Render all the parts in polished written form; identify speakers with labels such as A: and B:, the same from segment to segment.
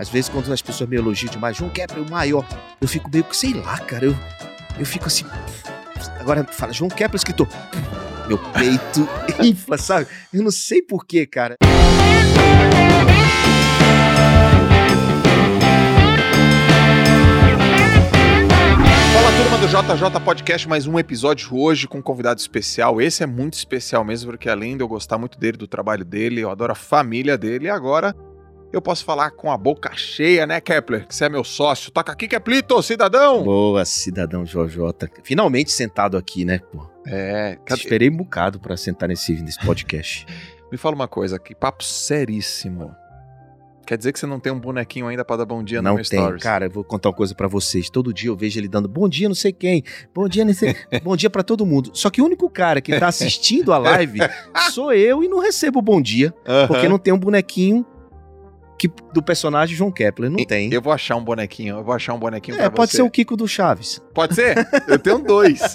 A: Às vezes, quando as pessoas me elogiam demais, João Kepler, o maior, eu fico meio que, sei lá, cara, eu fico assim... Agora, fala, João Kepler, escritor... Meu peito infla, sabe? Eu não sei porquê, cara.
B: Fala, turma do JJ Podcast, mais um episódio hoje com um convidado especial. Esse é muito especial mesmo, porque além de eu gostar muito dele, do trabalho dele, eu adoro a família dele, e agora eu posso falar com a boca cheia, né, Kepler? Que você é meu sócio. Toca aqui, Keplito, cidadão!
A: Boa, cidadão JJ. Finalmente sentado aqui, né, pô? Esperei um bocado pra sentar nesse podcast.
B: Me fala uma coisa, que papo seríssimo. Quer dizer que você não tem um bonequinho ainda pra dar bom dia no meu stories?
A: Não tem, cara, eu vou contar uma coisa pra vocês. Todo dia eu vejo ele dando bom dia não sei quem, bom dia não sei... bom dia pra todo mundo. Só que o único cara que tá assistindo a live sou eu e não recebo bom dia, porque não tem um bonequinho do personagem João Kepler, não tem.
B: Eu vou achar um bonequinho pra você.
A: Pode ser o Kiko do Chaves.
B: Pode ser? Eu tenho dois.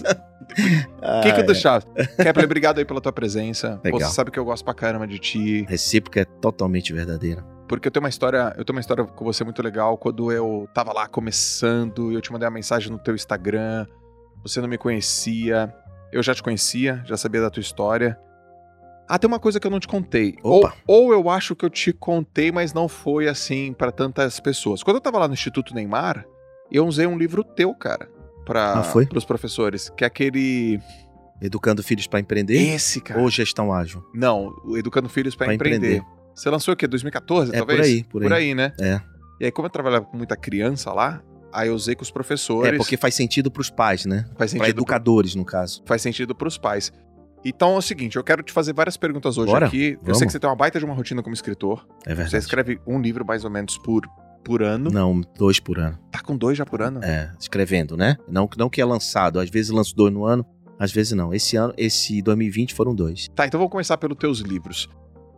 B: Kiko do Chaves. Kepler, obrigado aí pela tua presença. Pô, você sabe que eu gosto pra caramba de ti.
A: Recíproca é totalmente verdadeira.
B: Porque eu tenho uma história com você muito legal. Quando eu tava lá começando, eu te mandei uma mensagem no teu Instagram, você não me conhecia, eu já te conhecia, já sabia da tua história. Ah, tem uma coisa que eu não te contei. Ou eu acho que eu te contei, mas não foi assim pra tantas pessoas. Quando eu tava lá no Instituto Neymar, eu usei um livro teu, cara, pros professores, que é aquele...
A: Educando Filhos pra Empreender?
B: Esse, cara.
A: Ou Gestão Ágil?
B: Não, Educando Filhos pra Empreender. Você lançou o quê? 2014, talvez?
A: Por aí,
B: né?
A: É.
B: E aí, como eu trabalhava com muita criança lá, aí eu usei com os professores.
A: Porque faz sentido pros pais, né?
B: Faz sentido
A: pra educadores, no caso.
B: Faz sentido pros pais. Então é o seguinte, eu quero te fazer várias perguntas hoje aqui.
A: Vamos.
B: Eu sei que você tem uma baita de uma rotina como escritor.
A: É verdade.
B: Você escreve um livro mais ou menos por ano.
A: Não, 2 por ano.
B: Tá com 2 já por ano?
A: Escrevendo, né? Não que é lançado. Às vezes lanço 2 no ano, às vezes não. Esse 2020 foram 2.
B: Tá, então vamos começar pelos teus livros.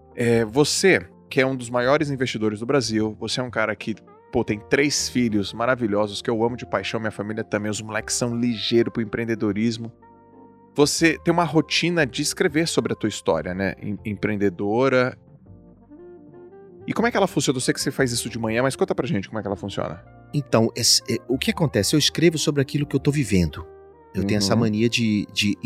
B: Você, que é um dos maiores investidores do Brasil, você é um cara que, tem 3 filhos maravilhosos, que eu amo de paixão, minha família também, os moleques são ligeiros pro empreendedorismo. Você tem uma rotina de escrever sobre a tua história, né? Empreendedora. E como é que ela funciona? Eu sei que você faz isso de manhã, mas conta pra gente como é que ela funciona.
A: Então, o que acontece? Eu escrevo sobre aquilo que eu tô vivendo. Eu tenho essa mania de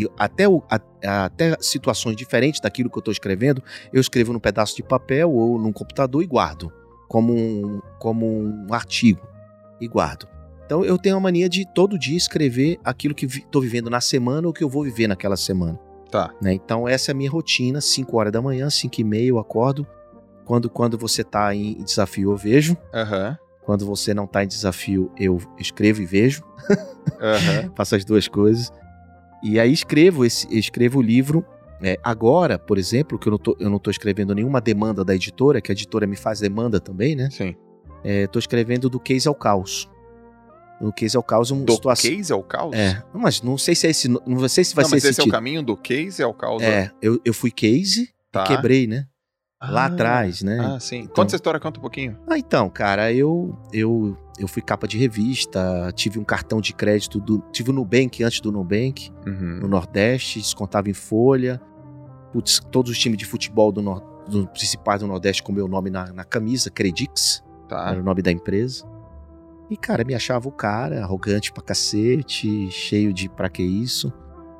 A: até situações diferentes daquilo que eu tô escrevendo, eu escrevo num pedaço de papel ou num computador e guardo, como um artigo, e guardo. Então eu tenho a mania de todo dia escrever aquilo que tô vivendo na semana ou que eu vou viver naquela semana.
B: Tá.
A: Né? Então essa é a minha rotina, 5 horas da manhã, 5h30 eu acordo. Quando você tá em desafio eu vejo. Quando você não tá em desafio eu escrevo e vejo. Faço as duas coisas. E aí escrevo o livro. Agora, por exemplo, que eu não tô escrevendo nenhuma demanda da editora, que a editora me faz demanda também, né?
B: Sim.
A: Tô escrevendo do Case ao Caos. No Case ao Caos, uma situação...
B: Do Case ao Caos?
A: Mas não sei se é esse... Não sei se vai ser esse
B: esse é o caminho do Case ao Caos?
A: Eu fui Case e quebrei, né? Lá atrás, né?
B: Ah, sim. Então, conta essa história, conta um pouquinho.
A: Então, cara, eu fui capa de revista, tive um cartão de crédito, tive o Nubank antes do Nubank, no Nordeste, descontava em folha. Putz, todos os times de futebol do principais do Nordeste com meu nome na camisa, Credix, era o nome da empresa. E, cara, me achava o cara, arrogante pra cacete, cheio de pra que isso.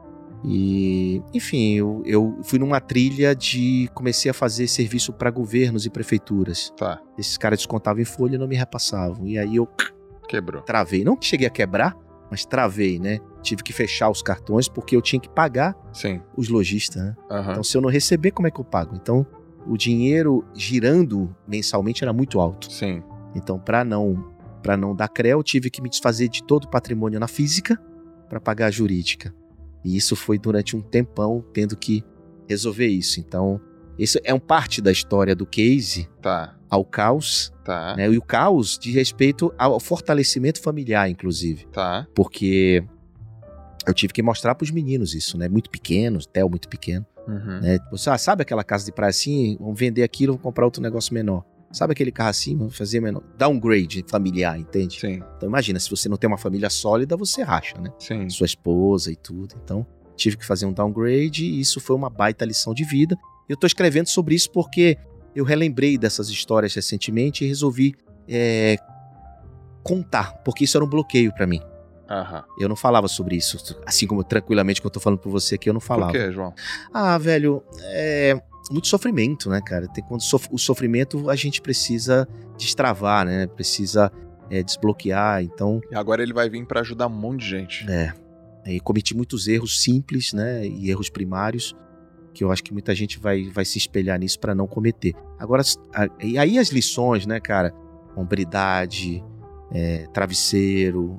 A: E, enfim, eu fui numa trilha comecei a fazer serviço pra governos e prefeituras. Esses caras descontavam em folha e não me repassavam. E aí eu...
B: Quebrou.
A: Travei. Não que cheguei a quebrar, mas travei, né? Tive que fechar os cartões porque eu tinha que pagar os lojistas, né? Então, se eu não receber, como é que eu pago? Então, o dinheiro girando mensalmente era muito alto.
B: Sim.
A: Então, pra não dar CREA, eu tive que me desfazer de todo o patrimônio na física para pagar a jurídica. E isso foi durante um tempão tendo que resolver isso. Então, isso é parte da história do Case ao Caos. Né? E o Caos de respeito ao fortalecimento familiar, inclusive. Porque eu tive que mostrar pros meninos isso, né? Muito pequenos, Theo muito pequeno. Né? Sabe aquela casa de praia assim? Vamos vender aquilo, vamos comprar outro negócio menor. Sabe aquele carro assim, vamos fazer menor? Downgrade familiar, entende?
B: Sim.
A: Então imagina, se você não tem uma família sólida, você racha, né?
B: Sim.
A: Sua esposa e tudo. Então, tive que fazer um downgrade e isso foi uma baita lição de vida. Eu tô escrevendo sobre isso porque eu relembrei dessas histórias recentemente e resolvi contar, porque isso era um bloqueio pra mim.
B: Aham.
A: Eu não falava sobre isso, assim como tranquilamente que eu tô falando pra você aqui, eu não falava.
B: Por quê, João?
A: Velho, muito sofrimento, né, cara? Quando o sofrimento a gente precisa destravar, né? Precisa desbloquear, então...
B: E agora ele vai vir pra ajudar um monte de gente.
A: E cometi muitos erros simples, né? E erros primários, que eu acho que muita gente vai se espelhar nisso pra não cometer. Agora, e aí as lições, né, cara? Hombridade, travesseiro,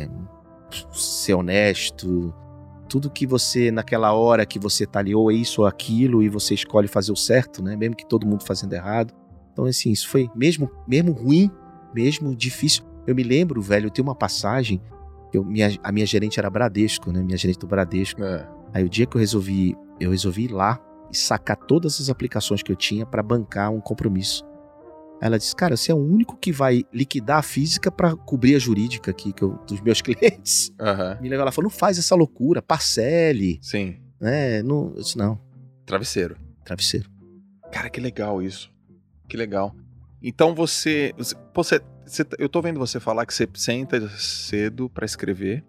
A: ser honesto, tudo que você, naquela hora que você tá ali, ou é isso ou aquilo, e você escolhe fazer o certo, né? Mesmo que todo mundo fazendo errado. Então, assim, isso foi mesmo ruim, mesmo difícil. Eu me lembro, velho, tem uma passagem, a minha gerente era Bradesco, né? Minha gerente do Bradesco. Aí o dia que eu resolvi ir lá e sacar todas as aplicações que eu tinha pra bancar um compromisso. Aí ela disse, cara, você é o único que vai liquidar a física pra cobrir a jurídica aqui dos meus clientes. Me levou, ela falou, não faz essa loucura, parcele.
B: Sim.
A: Não, eu disse, não.
B: Travesseiro. Cara, que legal isso. Que legal. Então você eu tô vendo você falar que você senta cedo pra escrever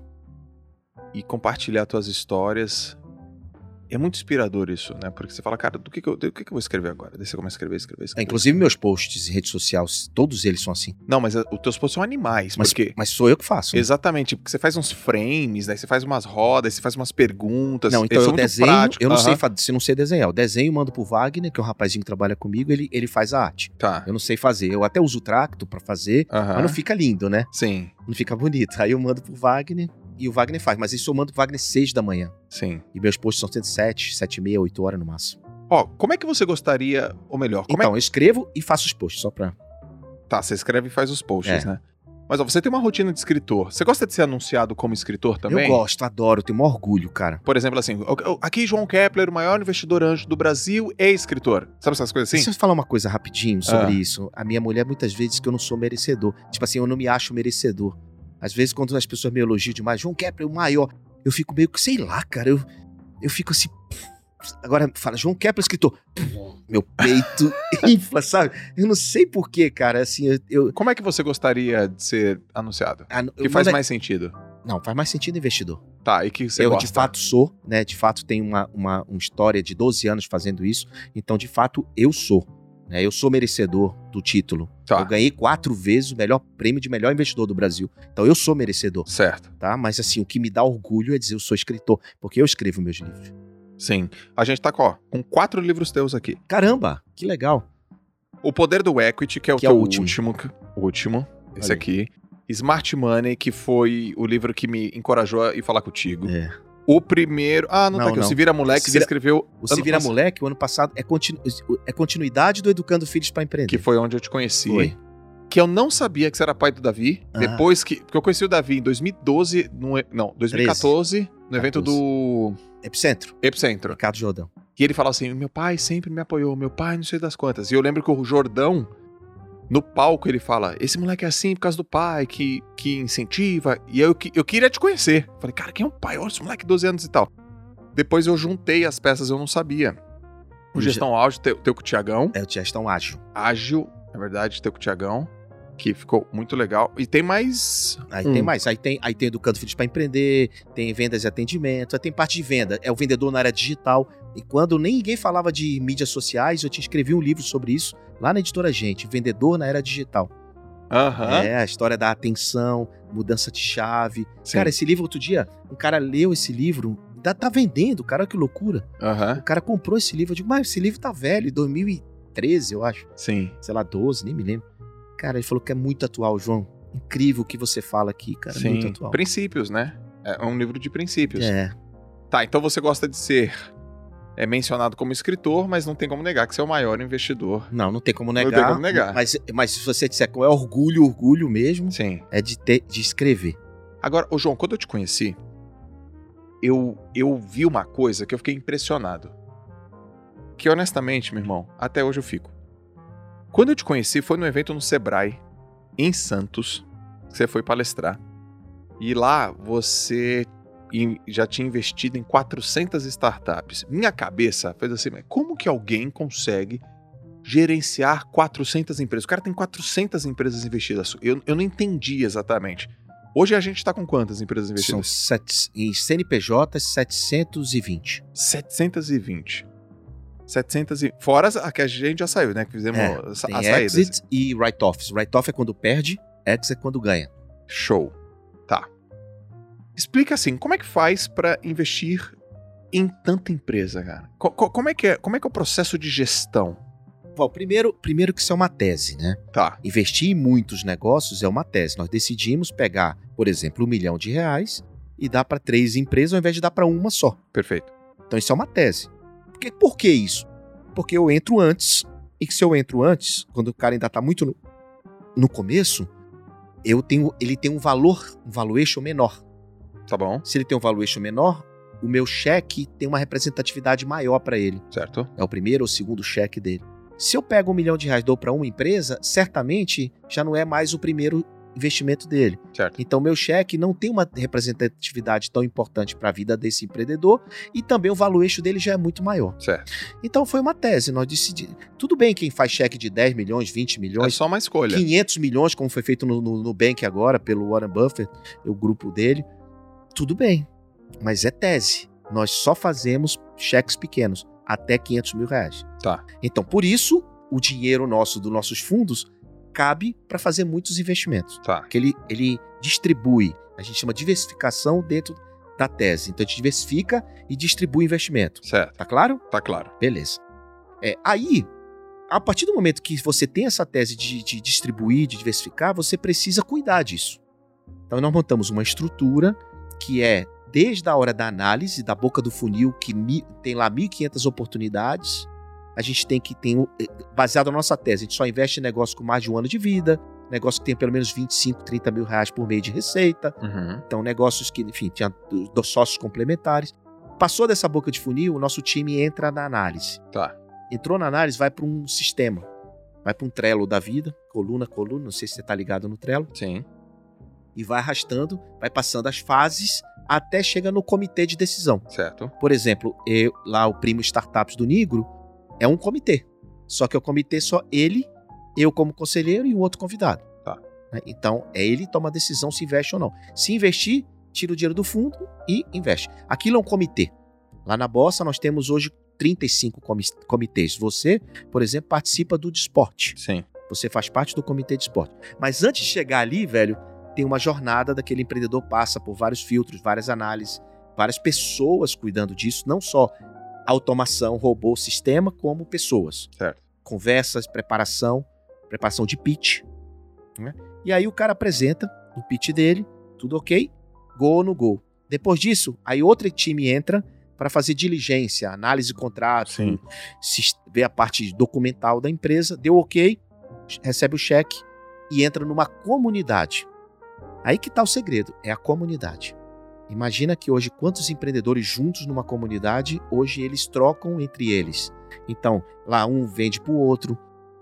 B: e compartilhar suas histórias. É muito inspirador isso, né? Porque você fala, cara, do que eu vou escrever agora? Daí você começa a escrever.
A: Inclusive meus posts em redes sociais, todos eles são assim.
B: Não, mas os teus posts são animais.
A: Mas sou eu que faço. Né?
B: Exatamente, porque você faz uns frames, daí você faz umas rodas, você faz umas perguntas.
A: Não, então eu desenho,
B: práticos.
A: Eu não sei desenhar. Eu desenho e mando pro Wagner, que é um rapazinho que trabalha comigo, ele faz a arte.
B: Tá.
A: Eu não sei fazer. Eu até uso o Tracto pra fazer, mas não fica lindo, né?
B: Sim.
A: Não fica bonito. Aí eu mando pro Wagner... E o Wagner faz, mas isso eu mando pro Wagner 6 da manhã.
B: Sim.
A: E meus posts são 7, 7h30, 8 horas no máximo.
B: Como é que você gostaria, ou melhor...
A: Eu escrevo e faço os posts, só pra...
B: Tá, você escreve e faz os posts, né? Mas você tem uma rotina de escritor. Você gosta de ser anunciado como escritor também?
A: Eu gosto, adoro, tenho maior orgulho, cara.
B: Por exemplo, assim, aqui João Kepler, o maior investidor anjo do Brasil, é escritor. Sabe essas coisas assim?
A: Deixa eu falar uma coisa rapidinho sobre isso. A minha mulher muitas vezes diz que eu não sou merecedor. Tipo assim, eu não me acho merecedor. Às vezes, quando as pessoas me elogiam demais, João Kepler, o maior, eu fico meio que, sei lá, cara, eu fico assim... Agora, fala, João Kepler, escritor, meu peito infla, sabe? Eu não sei porquê, cara, assim,
B: Como é que você gostaria de ser anunciado? Que faz mais sentido?
A: Não, faz mais sentido investidor.
B: Tá, e que você gosta?
A: Eu, de fato, sou, né, de fato, tenho uma história de 12 anos fazendo isso, então, de fato, eu sou. Eu sou merecedor do título.
B: Tá.
A: Eu ganhei 4 vezes o melhor prêmio de melhor investidor do Brasil. Então eu sou merecedor.
B: Certo.
A: Tá? Mas assim, o que me dá orgulho é dizer eu sou escritor, porque eu escrevo meus livros.
B: Sim. A gente tá com 4 livros teus aqui.
A: Caramba, que legal.
B: O Poder do Equity, que é o teu último. Esse aqui. Smart Money, que foi o livro que me encorajou a ir falar contigo. O primeiro... tá aqui. O Se Vira Moleque, você escreveu...
A: O Se Vira Moleque, o ano passado, é continuidade do Educando Filhos para Empreender.
B: Que foi onde eu te conheci.
A: Foi.
B: Que eu não sabia que você era pai do Davi. Depois que... Porque eu conheci o Davi em 2012... 2014, no evento do...
A: Epicentro. Ricardo Jordão.
B: E ele falou assim, meu pai sempre me apoiou, meu pai não sei das quantas. E eu lembro que o Jordão... No palco ele fala, esse moleque é assim por causa do pai, que incentiva. E eu queria te conhecer. Falei, cara, quem é o pai? Olha esse moleque, 12 anos e tal. Depois eu juntei as peças, eu não sabia. O Gestão Ágil, teu com o Tiagão.
A: O Gestão Ágil.
B: Ágil, na verdade, teu com o Tiagão. Que ficou muito legal. E tem mais...
A: Tem mais. Aí tem Educando Filhos para Empreender, tem Vendas e Atendimento, aí tem parte de venda. É o vendedor na área digital. E quando nem ninguém falava de mídias sociais, eu te escrevi um livro sobre isso, lá na Editora Gente, Vendedor na Era Digital. A história da atenção, mudança de chave. Sim. Cara, esse livro, outro dia, um cara leu esse livro, tá vendendo, cara, que loucura. O cara comprou esse livro, eu digo, mas esse livro tá velho, 2013, eu acho.
B: Sim.
A: Sei lá, 12, nem me lembro. Cara, ele falou que é muito atual, João. Incrível o que você fala aqui, cara,
B: Sim.
A: Muito atual.
B: Princípios, né? É um livro de princípios.
A: Tá,
B: então você gosta de ser... mencionado como escritor, mas não tem como negar que você é o maior investidor.
A: Não tem como negar. Mas se você disser qual é orgulho mesmo,
B: sim,
A: é de escrever.
B: Agora, João, quando eu te conheci, eu vi uma coisa que eu fiquei impressionado. Que honestamente, meu irmão, até hoje eu fico. Quando eu te conheci, foi num evento no Sebrae, em Santos, que você foi palestrar. E lá você... e já tinha investido em 400 startups. Minha cabeça fez assim, mas como que alguém consegue gerenciar 400 empresas? O cara tem 400 empresas investidas. Eu não entendi exatamente. Hoje a gente está com quantas empresas investidas?
A: São em CNPJ, 720.
B: 720. Fora a que a gente já saiu, né? Que fizemos as saídas.
A: Exit e write-offs. Write-off é quando perde, exit é quando ganha.
B: Show. Tá. Explica assim, como é que faz para investir em tanta empresa, cara? Como é que é o processo de gestão?
A: Bom, primeiro que isso é uma tese, né?
B: Tá.
A: Investir em muitos negócios é uma tese. Nós decidimos pegar, por exemplo, R$1 milhão e dar para 3 empresas ao invés de dar para uma só.
B: Perfeito.
A: Então isso é uma tese. Por que isso? Porque eu entro antes, e que se eu entro antes, quando o cara ainda está muito no começo, ele tem um valuation menor.
B: Tá bom.
A: Se ele tem um valuation menor, o meu cheque tem uma representatividade maior para ele.
B: Certo.
A: É o primeiro ou segundo cheque dele. Se eu pego R$1 milhão e dou para uma empresa, certamente já não é mais o primeiro investimento dele.
B: Certo.
A: Então, meu cheque não tem uma representatividade tão importante para a vida desse empreendedor e também o valuation dele já é muito maior.
B: Certo.
A: Então, foi uma tese. Nós decidimos. Tudo bem quem faz cheque de 10 milhões, 20 milhões.
B: É só uma escolha.
A: 500 milhões, como foi feito no Nubank agora, pelo Warren Buffett, o grupo dele. Tudo bem. Mas é tese. Nós só fazemos cheques pequenos, até R$500 mil.
B: Tá.
A: Então, por isso, o dinheiro nosso, dos nossos fundos, cabe para fazer muitos investimentos.
B: Tá.
A: Porque ele distribui, a gente chama de diversificação dentro da tese. Então, a gente diversifica e distribui investimento.
B: Certo.
A: Tá claro?
B: Tá claro.
A: Beleza. Aí, a partir do momento que você tem essa tese de distribuir, de diversificar, você precisa cuidar disso. Então, nós montamos uma estrutura que é desde a hora da análise, da boca do funil, que tem lá 1.500 oportunidades. A gente tem baseado na nossa tese, a gente só investe em negócio com mais de 1 ano de vida, negócio que tem pelo menos 25, 30 mil reais por mês de receita.
B: Uhum.
A: Então, negócios que, enfim, tinha dos sócios complementares. Passou dessa boca de funil, o nosso time entra na análise.
B: Tá.
A: Entrou na análise, vai para um sistema. Vai para um Trello da vida, coluna, não sei se você está ligado no Trello.
B: Sim.
A: E vai arrastando, vai passando as fases até chega no comitê de decisão.
B: Certo.
A: Por exemplo, lá o Primo Startups do Nigro é um comitê. Só que é o comitê só ele, eu como conselheiro e um outro convidado.
B: Tá.
A: Então, ele toma a decisão se investe ou não. Se investir, tira o dinheiro do fundo e investe. Aquilo é um comitê. Lá na Bossa nós temos hoje 35 comitês. Você, por exemplo, participa do de esporte.
B: Sim.
A: Você faz parte do comitê de esporte. Mas antes de chegar ali, velho, tem uma jornada daquele empreendedor, passa por vários filtros, várias análises, várias pessoas cuidando disso, não só automação, robô, sistema, como pessoas.
B: Certo.
A: Conversas, preparação de pitch. Né? E aí o cara apresenta o pitch dele, tudo ok, go no go. Depois disso, aí outro time entra para fazer diligência, análise de contrato, ver a parte documental da empresa, deu ok, recebe o cheque e entra numa comunidade. Aí que tá o segredo, é a comunidade. Imagina que hoje quantos empreendedores juntos numa comunidade, hoje eles trocam entre eles. Então, lá um vende pro outro,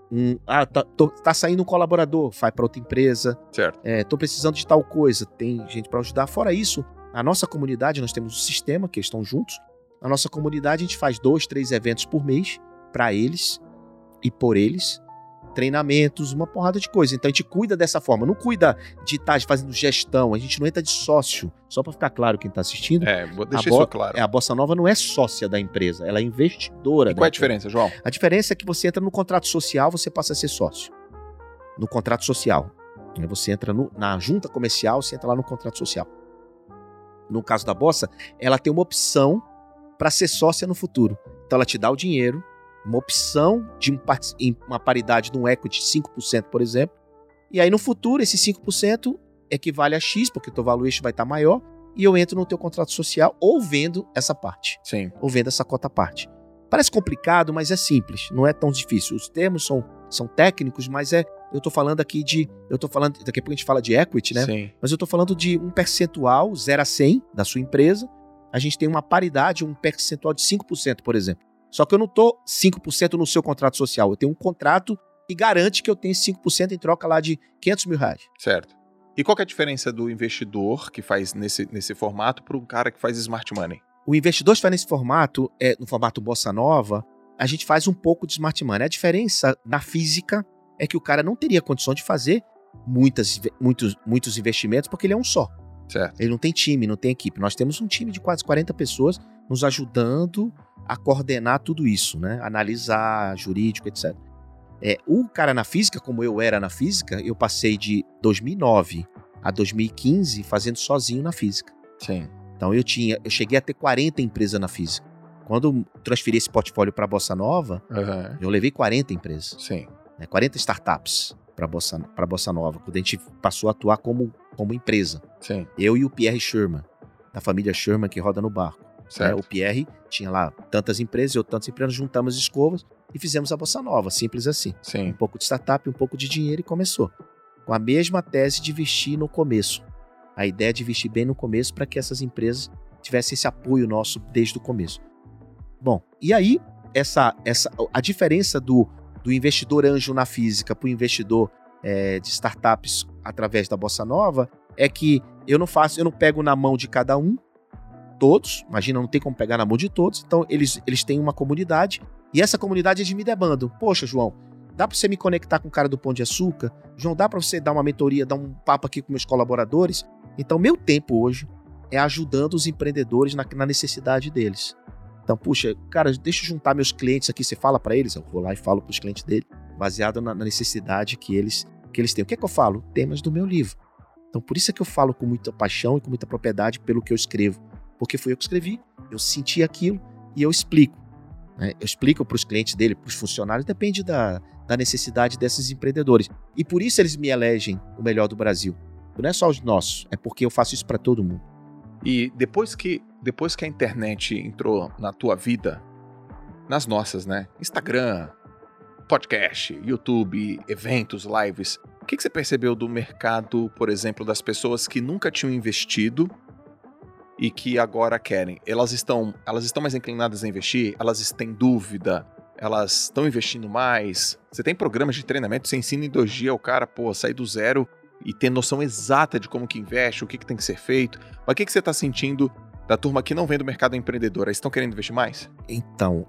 A: tá saindo um colaborador, vai para outra empresa.
B: Certo.
A: Tô precisando de tal coisa, tem gente para ajudar. Fora isso, na nossa comunidade, nós temos um sistema que eles estão juntos. Na nossa comunidade, a gente faz 2, 3 eventos por mês para eles e por eles. Treinamentos, uma porrada de coisa. Então a gente cuida dessa forma, não cuida de estar fazendo gestão, a gente não entra de sócio. Só para ficar claro quem está assistindo.
B: Vou deixar isso claro.
A: A Bossa Nova não é sócia da empresa, ela é investidora.
B: E qual é a diferença, João?
A: A diferença é que você entra no contrato social, você passa a ser sócio. No contrato social. Você entra na junta comercial, você entra lá no contrato social. No caso da Bossa, ela tem uma opção para ser sócia no futuro. Então ela te dá o dinheiro, uma opção de uma paridade de um equity de 5%, por exemplo. E aí, no futuro, esse 5% equivale a X, porque o teu valuation vai estar maior, e eu entro no teu contrato social ou vendo essa parte.
B: Sim.
A: Ou vendo essa cota parte. Parece complicado, mas é simples. Não é tão difícil. Os termos são técnicos, mas eu tô falando aqui daqui a pouco a gente fala de equity, né?
B: Sim.
A: Mas eu tô falando de um percentual, 0 a 100, da sua empresa. A gente tem uma paridade, um percentual de 5%, por exemplo. Só que eu não tô 5% no seu contrato social. Eu tenho um contrato que garante que eu tenho 5% em troca lá de R$500 mil.
B: Certo. E qual que é a diferença do investidor que faz nesse formato para um cara que faz smart money?
A: O investidor que faz nesse formato, no formato Bossa Nova, a gente faz um pouco de smart money. A diferença na física é que o cara não teria condição de fazer muitos investimentos porque ele é um só.
B: Certo.
A: Ele não tem time, não tem equipe. Nós temos um time de quase 40 pessoas nos ajudando a coordenar tudo isso, né? Analisar, jurídico, etc. O cara na física, como eu era na física, eu passei de 2009 a 2015 fazendo sozinho na física.
B: Sim.
A: Então eu cheguei a ter 40 empresas na física. Quando eu transferi esse portfólio para a Bossa Nova, eu levei 40 empresas.
B: Sim. 40
A: startups para a Bossa Nova, quando a gente passou a atuar como empresa.
B: Sim.
A: Eu e o Pierre Schurman, da família Schurman que roda no barco.
B: Certo.
A: O Pierre tinha lá tantas empresas, eu tantas empresas, juntamos escovas e fizemos a Bossa Nova, simples assim.
B: Sim.
A: Um pouco de startup, um pouco de dinheiro e começou. Com a mesma tese de investir no começo. A ideia de investir bem no começo para que essas empresas tivessem esse apoio nosso desde o começo. Bom, e aí a diferença do investidor anjo na física para o investidor de startups através da Bossa Nova é que eu não pego na mão de cada um, todos, imagina, não tem como pegar na mão de todos, então eles têm uma comunidade e essa comunidade eles me demandam. Poxa, João, dá para você me conectar com o cara do Pão de Açúcar? João, dá para você dar uma mentoria, dar um papo aqui com meus colaboradores? Então, meu tempo hoje é ajudando os empreendedores na necessidade deles. Então, puxa, cara, deixa eu juntar meus clientes aqui, você fala para eles, eu vou lá e falo para os clientes dele, baseado na necessidade que eles têm. O que é que eu falo? Temas do meu livro. Então, por isso é que eu falo com muita paixão e com muita propriedade pelo que eu escrevo. Porque foi eu que escrevi, eu senti aquilo e eu explico. Né? Eu explico para os clientes dele, para os funcionários, depende da necessidade desses empreendedores. E por isso eles me elegem o melhor do Brasil. Não é só os nossos, é porque eu faço isso para todo mundo.
B: E depois que a internet entrou na tua vida, nas nossas, né? Instagram, podcast, YouTube, eventos, lives, o que você percebeu do mercado, por exemplo, das pessoas que nunca tinham investido e que agora querem? Elas estão mais inclinadas a investir? Elas têm dúvida? Elas estão investindo mais? Você tem programas de treinamento, você ensina em 2 dias o cara, sair do zero e ter noção exata de como que investe, o que tem que ser feito. Mas o que você está sentindo da turma que não vem do mercado empreendedor? Eles estão querendo investir mais?
A: Então,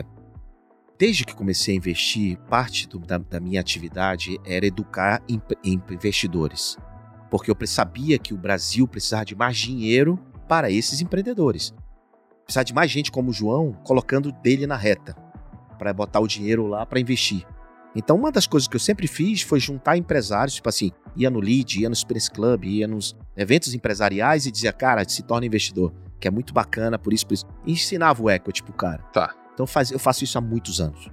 A: desde que comecei a investir, parte da minha atividade era educar investidores. Porque eu sabia que o Brasil precisava de mais dinheiro para esses empreendedores. Precisava de mais gente como o João, colocando dele na reta, para botar o dinheiro lá para investir. Então, uma das coisas que eu sempre fiz foi juntar empresários, tipo assim, ia no Lead, ia no Express Club, ia nos eventos empresariais e dizia, cara, se torna investidor, que é muito bacana, por isso. E ensinava o equity pro cara.
B: Tá.
A: Então, eu faço isso há muitos anos.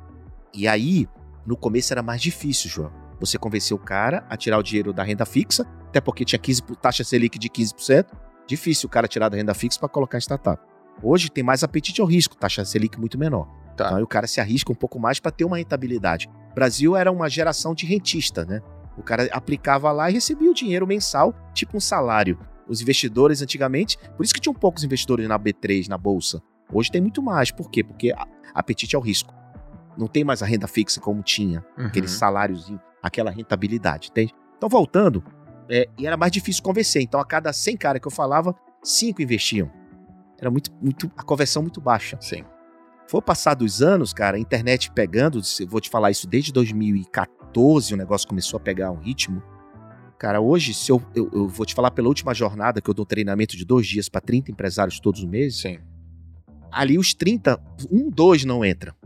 A: E aí, no começo era mais difícil, João. Você convencer o cara a tirar o dinheiro da renda fixa, até porque tinha taxa Selic de 15%. Difícil o cara tirar da renda fixa para colocar em startup. Hoje tem mais apetite ao risco, taxa Selic muito menor.
B: Tá.
A: Então aí o cara se arrisca um pouco mais para ter uma rentabilidade. O Brasil era uma geração de rentista, né? O cara aplicava lá e recebia o dinheiro mensal, tipo um salário. Os investidores antigamente, por isso que tinham poucos investidores na B3, na Bolsa. Hoje tem muito mais. Por quê? Porque apetite ao risco. Não tem mais a renda fixa como tinha, aquele saláriozinho, aquela rentabilidade, entende? Então voltando, e era mais difícil convencer. Então a cada 100 caras que eu falava, 5 investiam. Era a conversão muito baixa.
B: Sim.
A: Foi passar dos anos, cara, a internet pegando, eu vou te falar isso desde 2014, o negócio começou a pegar um ritmo. Cara, hoje, se eu vou te falar pela última jornada, que eu dou treinamento de 2 dias para 30 empresários todos os meses.
B: Sim.
A: Ali os 30, 2 não entra.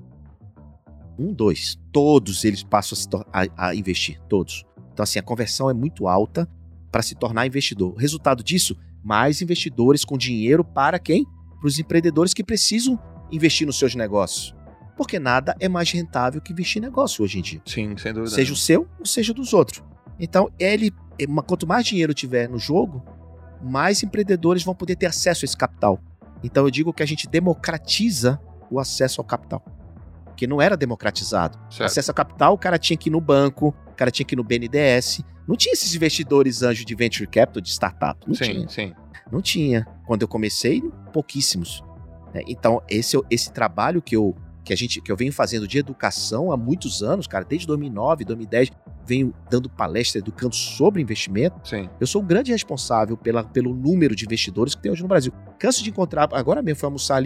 A: 2. Todos eles passam a investir, todos. Então, assim, a conversão é muito alta para se tornar investidor. O resultado disso, mais investidores com dinheiro para quem? Para os empreendedores que precisam investir nos seus negócios. Porque nada é mais rentável que investir em negócio hoje em dia.
B: Sim, sem dúvida.
A: Seja o seu ou seja dos outros. Então, quanto mais dinheiro tiver no jogo, mais empreendedores vão poder ter acesso a esse capital. Então, eu digo que a gente democratiza o acesso ao capital. Porque não era democratizado.
B: Certo.
A: Acesso ao capital, o cara tinha que ir no banco, o cara tinha que ir no BNDES. Não tinha esses investidores anjos de venture capital, de startup. Não tinha.
B: Sim.
A: Não tinha. Quando eu comecei, pouquíssimos. Então, esse trabalho que eu venho fazendo de educação há muitos anos, cara, desde 2009, 2010, venho dando palestra, educando sobre investimento.
B: Sim.
A: Eu sou um grande responsável pelo número de investidores que tem hoje no Brasil. Canso de encontrar, agora mesmo fui almoçar ali,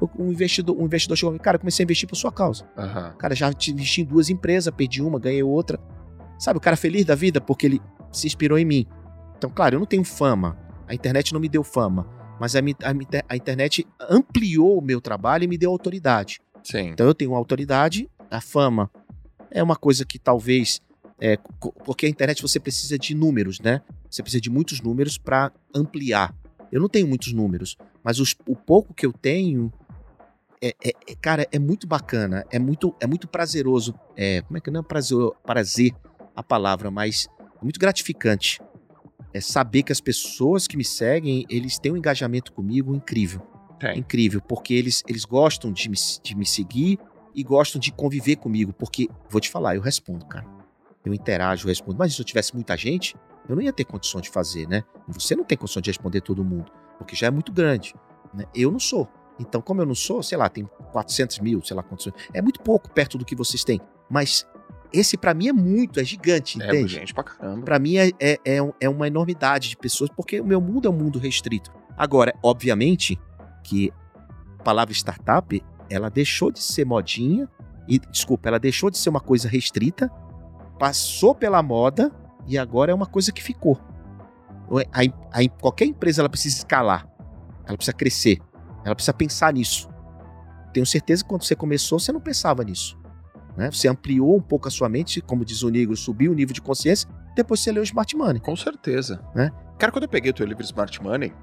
A: Um investidor chegou e falou, cara, eu comecei a investir por sua causa. Cara, já investi em 2 empresas, perdi uma, ganhei outra. Sabe, o cara feliz da vida porque ele se inspirou em mim. Então, claro, eu não tenho fama. A internet não me deu fama. Mas a internet ampliou o meu trabalho e me deu autoridade.
B: Sim.
A: Então eu tenho autoridade, a fama é uma coisa que talvez... porque a internet você precisa de números, né? Você precisa de muitos números para ampliar. Eu não tenho muitos números, mas o pouco que eu tenho, cara, é muito bacana, é muito prazeroso. Como é que não é prazer a palavra, mas é muito gratificante. É saber que as pessoas que me seguem, eles têm um engajamento comigo incrível. Incrível, porque eles gostam de me seguir e gostam de conviver comigo, porque, vou te falar, eu respondo, cara. Eu interajo, eu respondo. Mas se eu tivesse muita gente, eu não ia ter condição de fazer, né? Você não tem condição de responder todo mundo, porque já é muito grande, né? Eu não sou. Então, como eu não sou, sei lá, tem 400 mil, sei lá quantos... É muito pouco perto do que vocês têm. Mas esse pra mim é gigante, entende?
B: É gente pra caramba.
A: Pra mim é uma enormidade de pessoas, porque o meu mundo é um mundo restrito. Agora, obviamente, que a palavra startup, ela deixou de ser modinha, ela deixou de ser uma coisa restrita, passou pela moda e agora é uma coisa que ficou. Qualquer empresa ela precisa escalar, ela precisa crescer, ela precisa pensar nisso. Tenho certeza que quando você começou, você não pensava nisso, né? Você ampliou um pouco a sua mente, como diz o Negro, subiu o nível de consciência, depois você leu o Smart Money.
B: Com certeza.
A: Né?
B: Cara, quando eu peguei o teu livro Smart Money,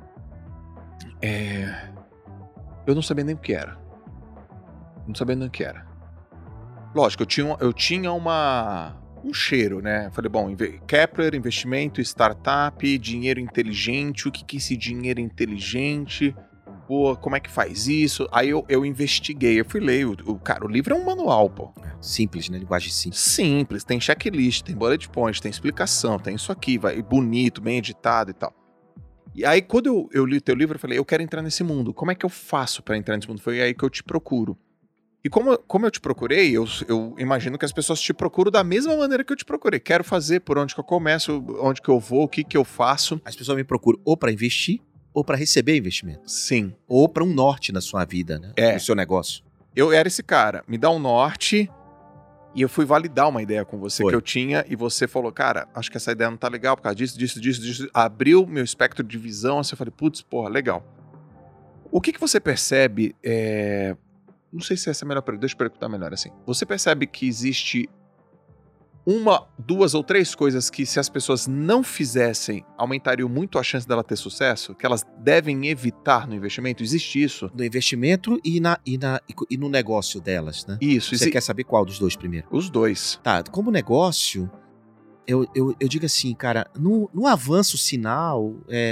B: eu não sabia nem o que era. Não sabia nem o que era. Lógico, eu tinha um cheiro, né? Falei, bom, Kepler, investimento, startup, dinheiro inteligente, o que é esse dinheiro inteligente? Pô, como é que faz isso? Aí eu investiguei, eu fui ler, cara, o livro é um manual, pô.
A: Simples, né? Linguagem simples.
B: Simples, tem checklist, tem bullet point, tem explicação, tem isso aqui, vai bonito, bem editado e tal. E aí, quando eu li o teu livro, eu falei, eu quero entrar nesse mundo. Como é que eu faço pra entrar nesse mundo? Foi aí que eu te procuro. E como eu te procurei, eu imagino que as pessoas te procuram da mesma maneira que eu te procurei. Quero fazer, por onde que eu começo, onde que eu vou, o que que eu faço.
A: As pessoas me procuram ou pra investir, ou pra receber investimento.
B: Sim.
A: Ou pra um norte na sua vida, né? No seu negócio.
B: Eu era esse cara, me dá um norte... E eu fui validar uma ideia com você que eu tinha, e você falou, cara, acho que essa ideia não tá legal por causa disso. Abriu meu espectro de visão, assim, eu falei, putz, porra, legal. O que você percebe, não sei se essa é a melhor pergunta, deixa eu perguntar melhor assim. Você percebe que existe 1, 2 ou 3 coisas que, se as pessoas não fizessem, aumentariam muito a chance dela ter sucesso? Que elas devem evitar no investimento? Existe isso?
A: No investimento e no negócio delas, né?
B: Isso.
A: Você quer saber qual dos dois primeiro?
B: Os dois.
A: Tá, como negócio, eu digo assim, cara, não avança o sinal,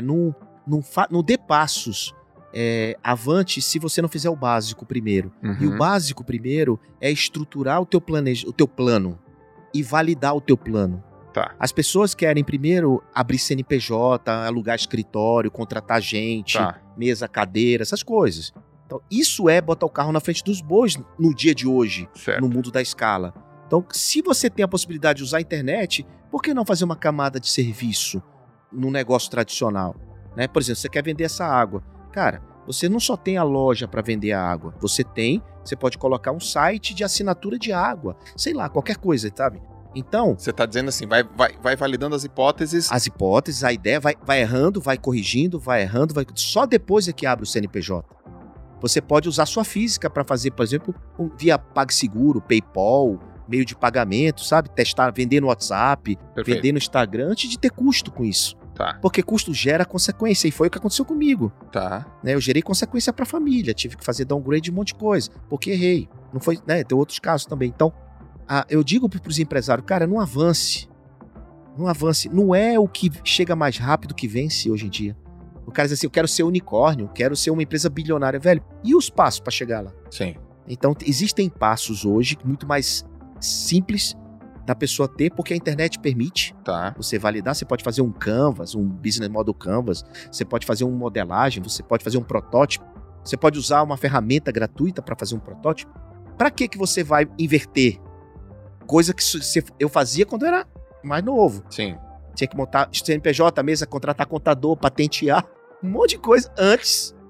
A: não dê passos avante se você não fizer o básico primeiro.
B: Uhum.
A: E o básico primeiro é estruturar o teu plano. E validar o teu plano.
B: Tá.
A: As pessoas querem primeiro abrir CNPJ, alugar escritório, contratar gente, mesa, cadeira, essas coisas. Então, isso é botar o carro na frente dos bois no dia de hoje,
B: certo,
A: no mundo da escala. Então, se você tem a possibilidade de usar a internet, por que não fazer uma camada de serviço no negócio tradicional? Né? Por exemplo, você quer vender essa água. Cara, você não só tem a loja para vender a água, você pode colocar um site de assinatura de água, sei lá, qualquer coisa, sabe? Então...
B: Você tá dizendo assim, vai validando as hipóteses.
A: As hipóteses, a ideia vai errando, vai corrigindo, vai errando, só depois é que abre o CNPJ. Você pode usar sua física para fazer, por exemplo, via PagSeguro, PayPal, meio de pagamento, sabe? Testar, vender no WhatsApp,
B: Perfeito,
A: vender no Instagram, antes de ter custo com isso.
B: Tá.
A: Porque custo gera consequência, e foi o que aconteceu comigo.
B: Tá.
A: Né, eu gerei consequência pra família, tive que fazer downgrade de um monte de coisa, porque errei. Não foi, né? Tem outros casos também. Então, eu digo pros empresários, cara, não avance. Não avance. Não é o que chega mais rápido que vence hoje em dia. O cara diz assim, eu quero ser unicórnio, quero ser uma empresa bilionária, velho. E os passos pra chegar lá?
B: Sim.
A: Então, existem passos hoje muito mais simples da pessoa ter, porque a internet permite você validar. Você pode fazer um Canvas, um Business Model Canvas, você pode fazer uma modelagem, você pode fazer um protótipo, você pode usar uma ferramenta gratuita para fazer um protótipo. Para que você vai inverter? Coisa que eu fazia quando eu era mais novo.
B: Sim.
A: Tinha que montar CNPJ, mesa, contratar contador, patentear, um monte de coisa antes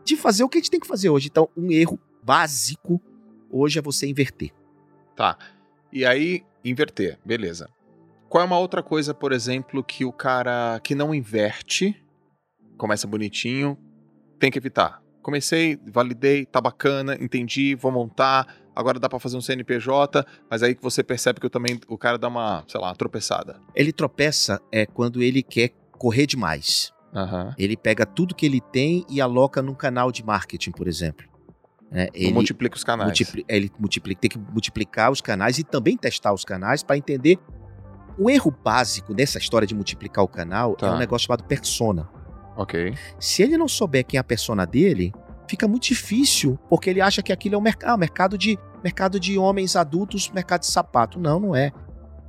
A: de fazer o que a gente tem que fazer hoje. Então, um erro básico hoje é você inverter.
B: Tá. E aí, inverter. Beleza. Qual é uma outra coisa, por exemplo, que o cara que não inverte, começa bonitinho, tem que evitar? Comecei, validei, tá bacana, entendi, vou montar, agora dá pra fazer um CNPJ, mas aí que você percebe que o cara dá uma, sei lá, uma tropeçada.
A: Ele tropeça quando ele quer correr demais.
B: Uhum.
A: Ele pega tudo que ele tem e aloca num canal de marketing, por exemplo. Ele
B: multiplica os canais.
A: Tem que multiplicar os canais e também testar os canais para entender. O erro básico dessa história de multiplicar o canal é um negócio chamado persona.
B: Ok.
A: Se ele não souber quem é a persona dele, fica muito difícil, porque ele acha que aquilo é um mercado de homens adultos, mercado de sapato. Não, não é.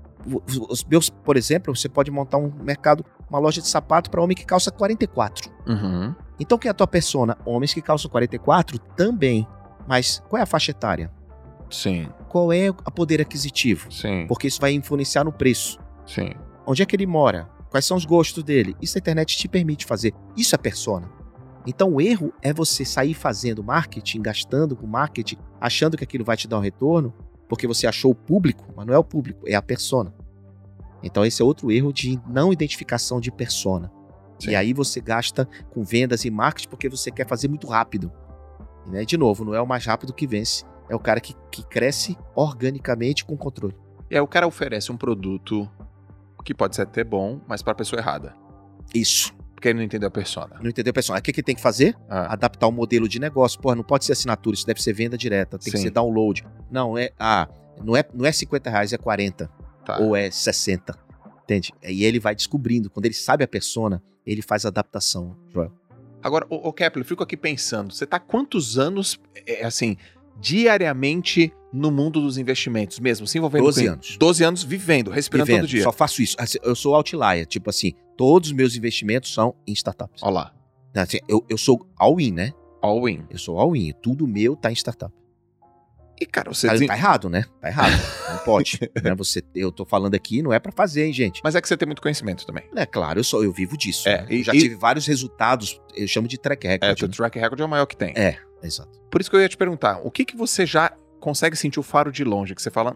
A: Por exemplo, você pode montar uma loja de sapato para homem que calça 44.
B: Uhum.
A: Então, quem é a tua persona? Homens que calçam 44 também. Mas qual é a faixa etária?
B: Sim.
A: Qual é o poder aquisitivo?
B: Sim.
A: Porque isso vai influenciar no preço.
B: Sim.
A: Onde é que ele mora? Quais são os gostos dele? Isso a internet te permite fazer. Isso é persona. Então, o erro é você sair fazendo marketing, gastando com marketing, achando que aquilo vai te dar um retorno, porque você achou o público, mas não é o público, é a persona. Então, esse é outro erro de não identificação de persona. Sim. E aí você gasta com vendas e marketing porque você quer fazer muito rápido. E, de novo, não é o mais rápido que vence. É o cara que cresce organicamente com controle.
B: E aí o cara oferece um produto que pode ser até bom, mas para a pessoa errada.
A: Isso.
B: Porque ele não entendeu a persona.
A: Não entendeu a persona. O que ele tem que fazer? Adaptar o modelo de negócio. Porra, não pode ser assinatura, isso deve ser venda direta. Tem que ser download. Não, não é R$50, é 40. Tá. Ou é 60. Entende? E ele vai descobrindo. Quando ele sabe a persona, ele faz a adaptação, Joel.
B: Agora, o Kepler, eu fico aqui pensando, você tá há quantos anos, assim, diariamente no mundo dos investimentos mesmo, se envolvendo
A: 12 anos.
B: 12 anos vivendo, respirando todo dia.
A: Só faço isso. Eu sou outlier, tipo assim, todos os meus investimentos são em startups.
B: Olha lá.
A: Assim, eu sou all-in, né?
B: All-in.
A: Eu sou all-in, tudo meu tá em startup.
B: E, cara, você...
A: Tá errado, né? Tá errado. Não pode. Né? Eu tô falando aqui, não é pra fazer, hein, gente?
B: Mas é que você tem muito conhecimento também.
A: É claro, eu vivo disso. Né? Eu já tive vários resultados, eu chamo de track record.
B: O track record é o maior que tem.
A: Exato.
B: Por isso que eu ia te perguntar, o que você já consegue sentir o faro de longe? Que você fala,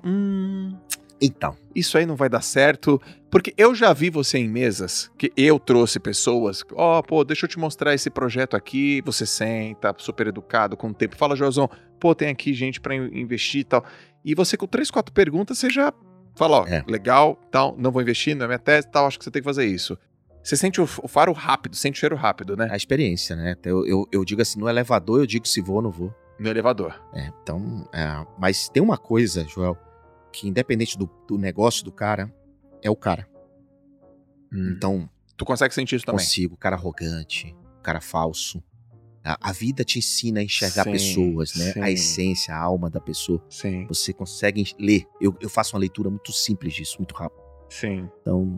A: então,
B: isso aí não vai dar certo. Porque eu já vi você em mesas, que eu trouxe pessoas, deixa eu te mostrar esse projeto aqui, você senta, super educado, com o tempo, fala, Joelzão, tem aqui gente pra investir e tal. E você com 3, 4 perguntas, você já fala, legal, tal, não vou investir, não é minha tese, tal, acho que você tem que fazer isso. Você sente o faro rápido, sente o cheiro rápido, né?
A: A experiência, né? Eu digo assim, no elevador eu digo se vou ou não vou.
B: No elevador.
A: Então, mas tem uma coisa, Joel, que independente do negócio do cara, é o cara. Então...
B: Tu consegue sentir isso também?
A: Consigo. Cara arrogante, cara falso. A vida te ensina a enxergar pessoas, né? Sim. A essência, a alma da pessoa.
B: Sim.
A: Você consegue ler. Eu faço uma leitura muito simples disso, muito rápido.
B: Sim.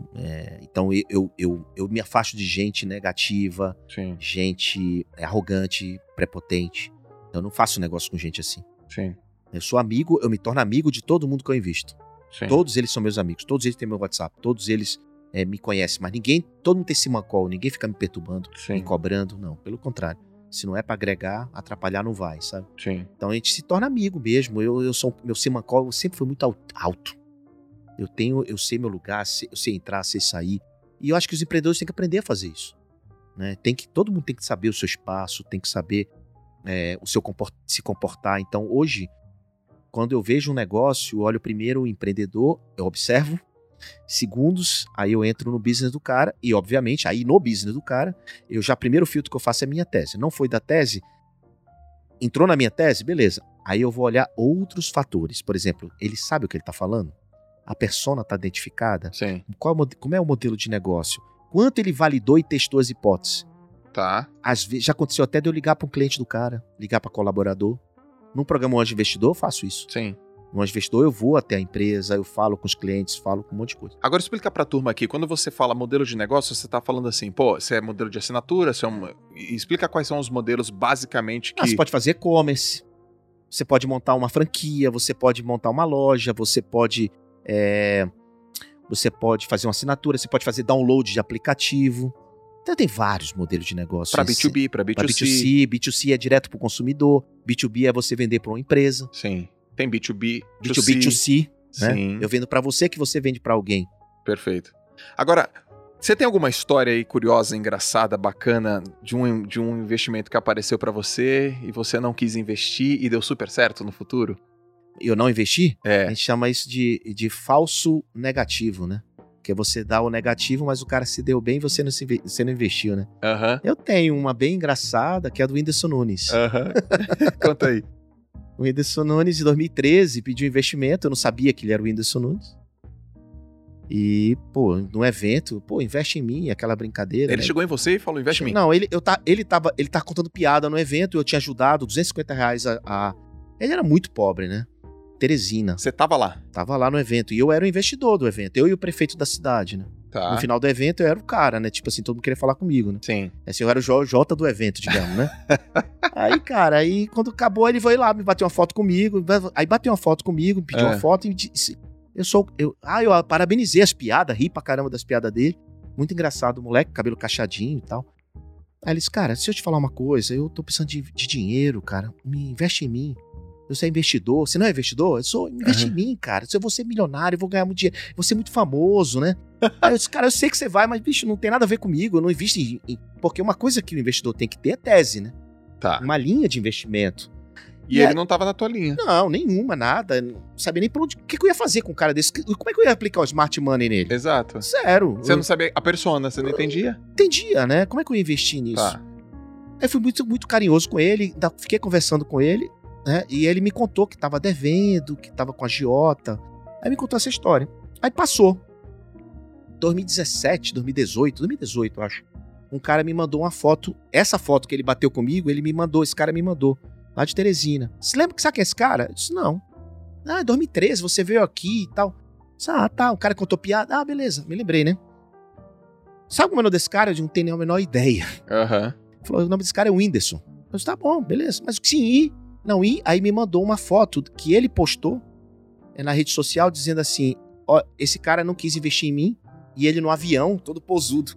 A: Então eu me afasto de gente negativa,
B: sim,
A: gente arrogante, prepotente. Eu não faço negócio com gente assim.
B: Sim.
A: Eu sou amigo, eu me torno amigo de todo mundo que eu invisto.
B: Sim.
A: Todos eles são meus amigos, todos eles têm meu WhatsApp, todos eles me conhecem, mas todo mundo tem simancol, ninguém fica me perturbando, me cobrando, não, pelo contrário. Se não é pra agregar, atrapalhar não vai, sabe?
B: Sim.
A: Então a gente se torna amigo mesmo. Meu simancol sempre foi muito alto. Eu sei meu lugar, eu sei entrar, sei sair. E eu acho que os empreendedores têm que aprender a fazer isso. Né? Todo mundo tem que saber o seu espaço, tem que saber se comportar. Então hoje, quando eu vejo um negócio, eu olho primeiro o empreendedor, eu observo, segundos, aí eu entro no business do cara e obviamente, aí no business do cara, primeiro filtro que eu faço é a minha tese. Não foi da tese, entrou na minha tese, beleza. Aí eu vou olhar outros fatores. Por exemplo, ele sabe o que ele está falando? A persona está identificada?
B: Sim.
A: Como é o modelo de negócio? Quanto ele validou e testou as hipóteses?
B: Tá.
A: Às vezes, já aconteceu até de eu ligar para um cliente do cara, ligar para colaborador. Num programa Anjo Investidor eu faço isso.
B: Sim.
A: No Anjo Investidor eu vou até a empresa, eu falo com os clientes, falo com um monte de coisa.
B: Agora explica pra turma aqui, quando você fala modelo de negócio, você tá falando assim, você é modelo de assinatura, explica quais são os modelos basicamente que...
A: Você pode fazer e-commerce, você pode montar uma franquia, você pode montar uma loja, você pode fazer uma assinatura, você pode fazer download de aplicativo, Então tem vários modelos de negócio.
B: Para B2B, para B2C.
A: Para B2C, B2C é direto para o consumidor, B2B é você vender para uma empresa.
B: Sim. Tem B2B,
A: B2B2C, né?
B: Sim.
A: Eu vendo para você que você vende para alguém.
B: Perfeito. Agora, você tem alguma história aí curiosa, engraçada, bacana de um investimento que apareceu para você e você não quis investir e deu super certo no futuro?
A: Eu não investi?
B: É.
A: A gente chama isso de falso negativo, né? Que é você dar o negativo, mas o cara se deu bem e você não investiu, né? Eu tenho uma bem engraçada, que é a do Whindersson Nunes.
B: Conta aí.
A: O Whindersson Nunes, em 2013, pediu investimento. Eu não sabia que ele era o Whindersson Nunes. E, pô, no evento, investe em mim, aquela brincadeira.
B: Ele chegou em você e falou, investe em mim?
A: Não, ele tava contando piada no evento, eu tinha ajudado, R$250 a... Ele era muito pobre, né? Teresina.
B: Você tava lá?
A: Tava lá no evento. E eu era o investidor do evento. Eu e o prefeito da cidade, né?
B: Tá.
A: No final do evento, eu era o cara, né? Tipo assim, todo mundo queria falar comigo, né?
B: Sim.
A: Assim, eu era o Jota do evento, digamos, né? Aí, cara, quando acabou, ele foi lá, me bateu uma foto comigo. Aí bateu uma foto comigo, pediu uma foto e disse... Eu parabenizei as piadas, ri pra caramba das piadas dele. Muito engraçado, moleque, cabelo cacheadinho e tal. Aí ele disse, cara, se eu te falar uma coisa, eu tô precisando de dinheiro, cara. Investe em mim. Você é investidor. Você não é investidor? Eu sou. Investe em mim, cara. Eu vou ser milionário, eu vou ganhar muito dinheiro. Vou ser muito famoso, né? Aí eu disse, cara, eu sei que você vai, mas, bicho, não tem nada a ver comigo. Eu não invisto em... Porque uma coisa que o investidor tem que ter é tese, né?
B: Tá.
A: Uma linha de investimento.
B: E ele não tava na tua linha?
A: Não, nenhuma, nada. Não sabia nem por onde... O que eu ia fazer com um cara desse? Como é que eu ia aplicar o smart money nele?
B: Exato.
A: Zero.
B: Você não sabia a persona, você não entendia?
A: Entendia, né? Como é que eu ia investir nisso?
B: Tá.
A: Aí fui muito, muito carinhoso com ele, fiquei conversando com ele, né? E ele me contou que tava devendo, que tava com a agiota. Aí me contou essa história. Aí passou. 2017, 2018, eu acho. Um cara me mandou uma foto. Essa foto que ele bateu comigo, esse cara me mandou. Lá de Teresina. Você lembra que sabe quem é esse cara? Eu disse, não. Ah, 2013, você veio aqui e tal. Eu disse, tá, o cara contou piada. Ah, beleza, me lembrei, né? Sabe como é o nome desse cara? Eu não tenho nem a menor ideia. Falou, o nome desse cara é Whindersson. Eu disse, tá bom, beleza. Mas sim, aí me mandou uma foto que ele postou na rede social dizendo assim, ó, esse cara não quis investir em mim e ele no avião, todo posudo.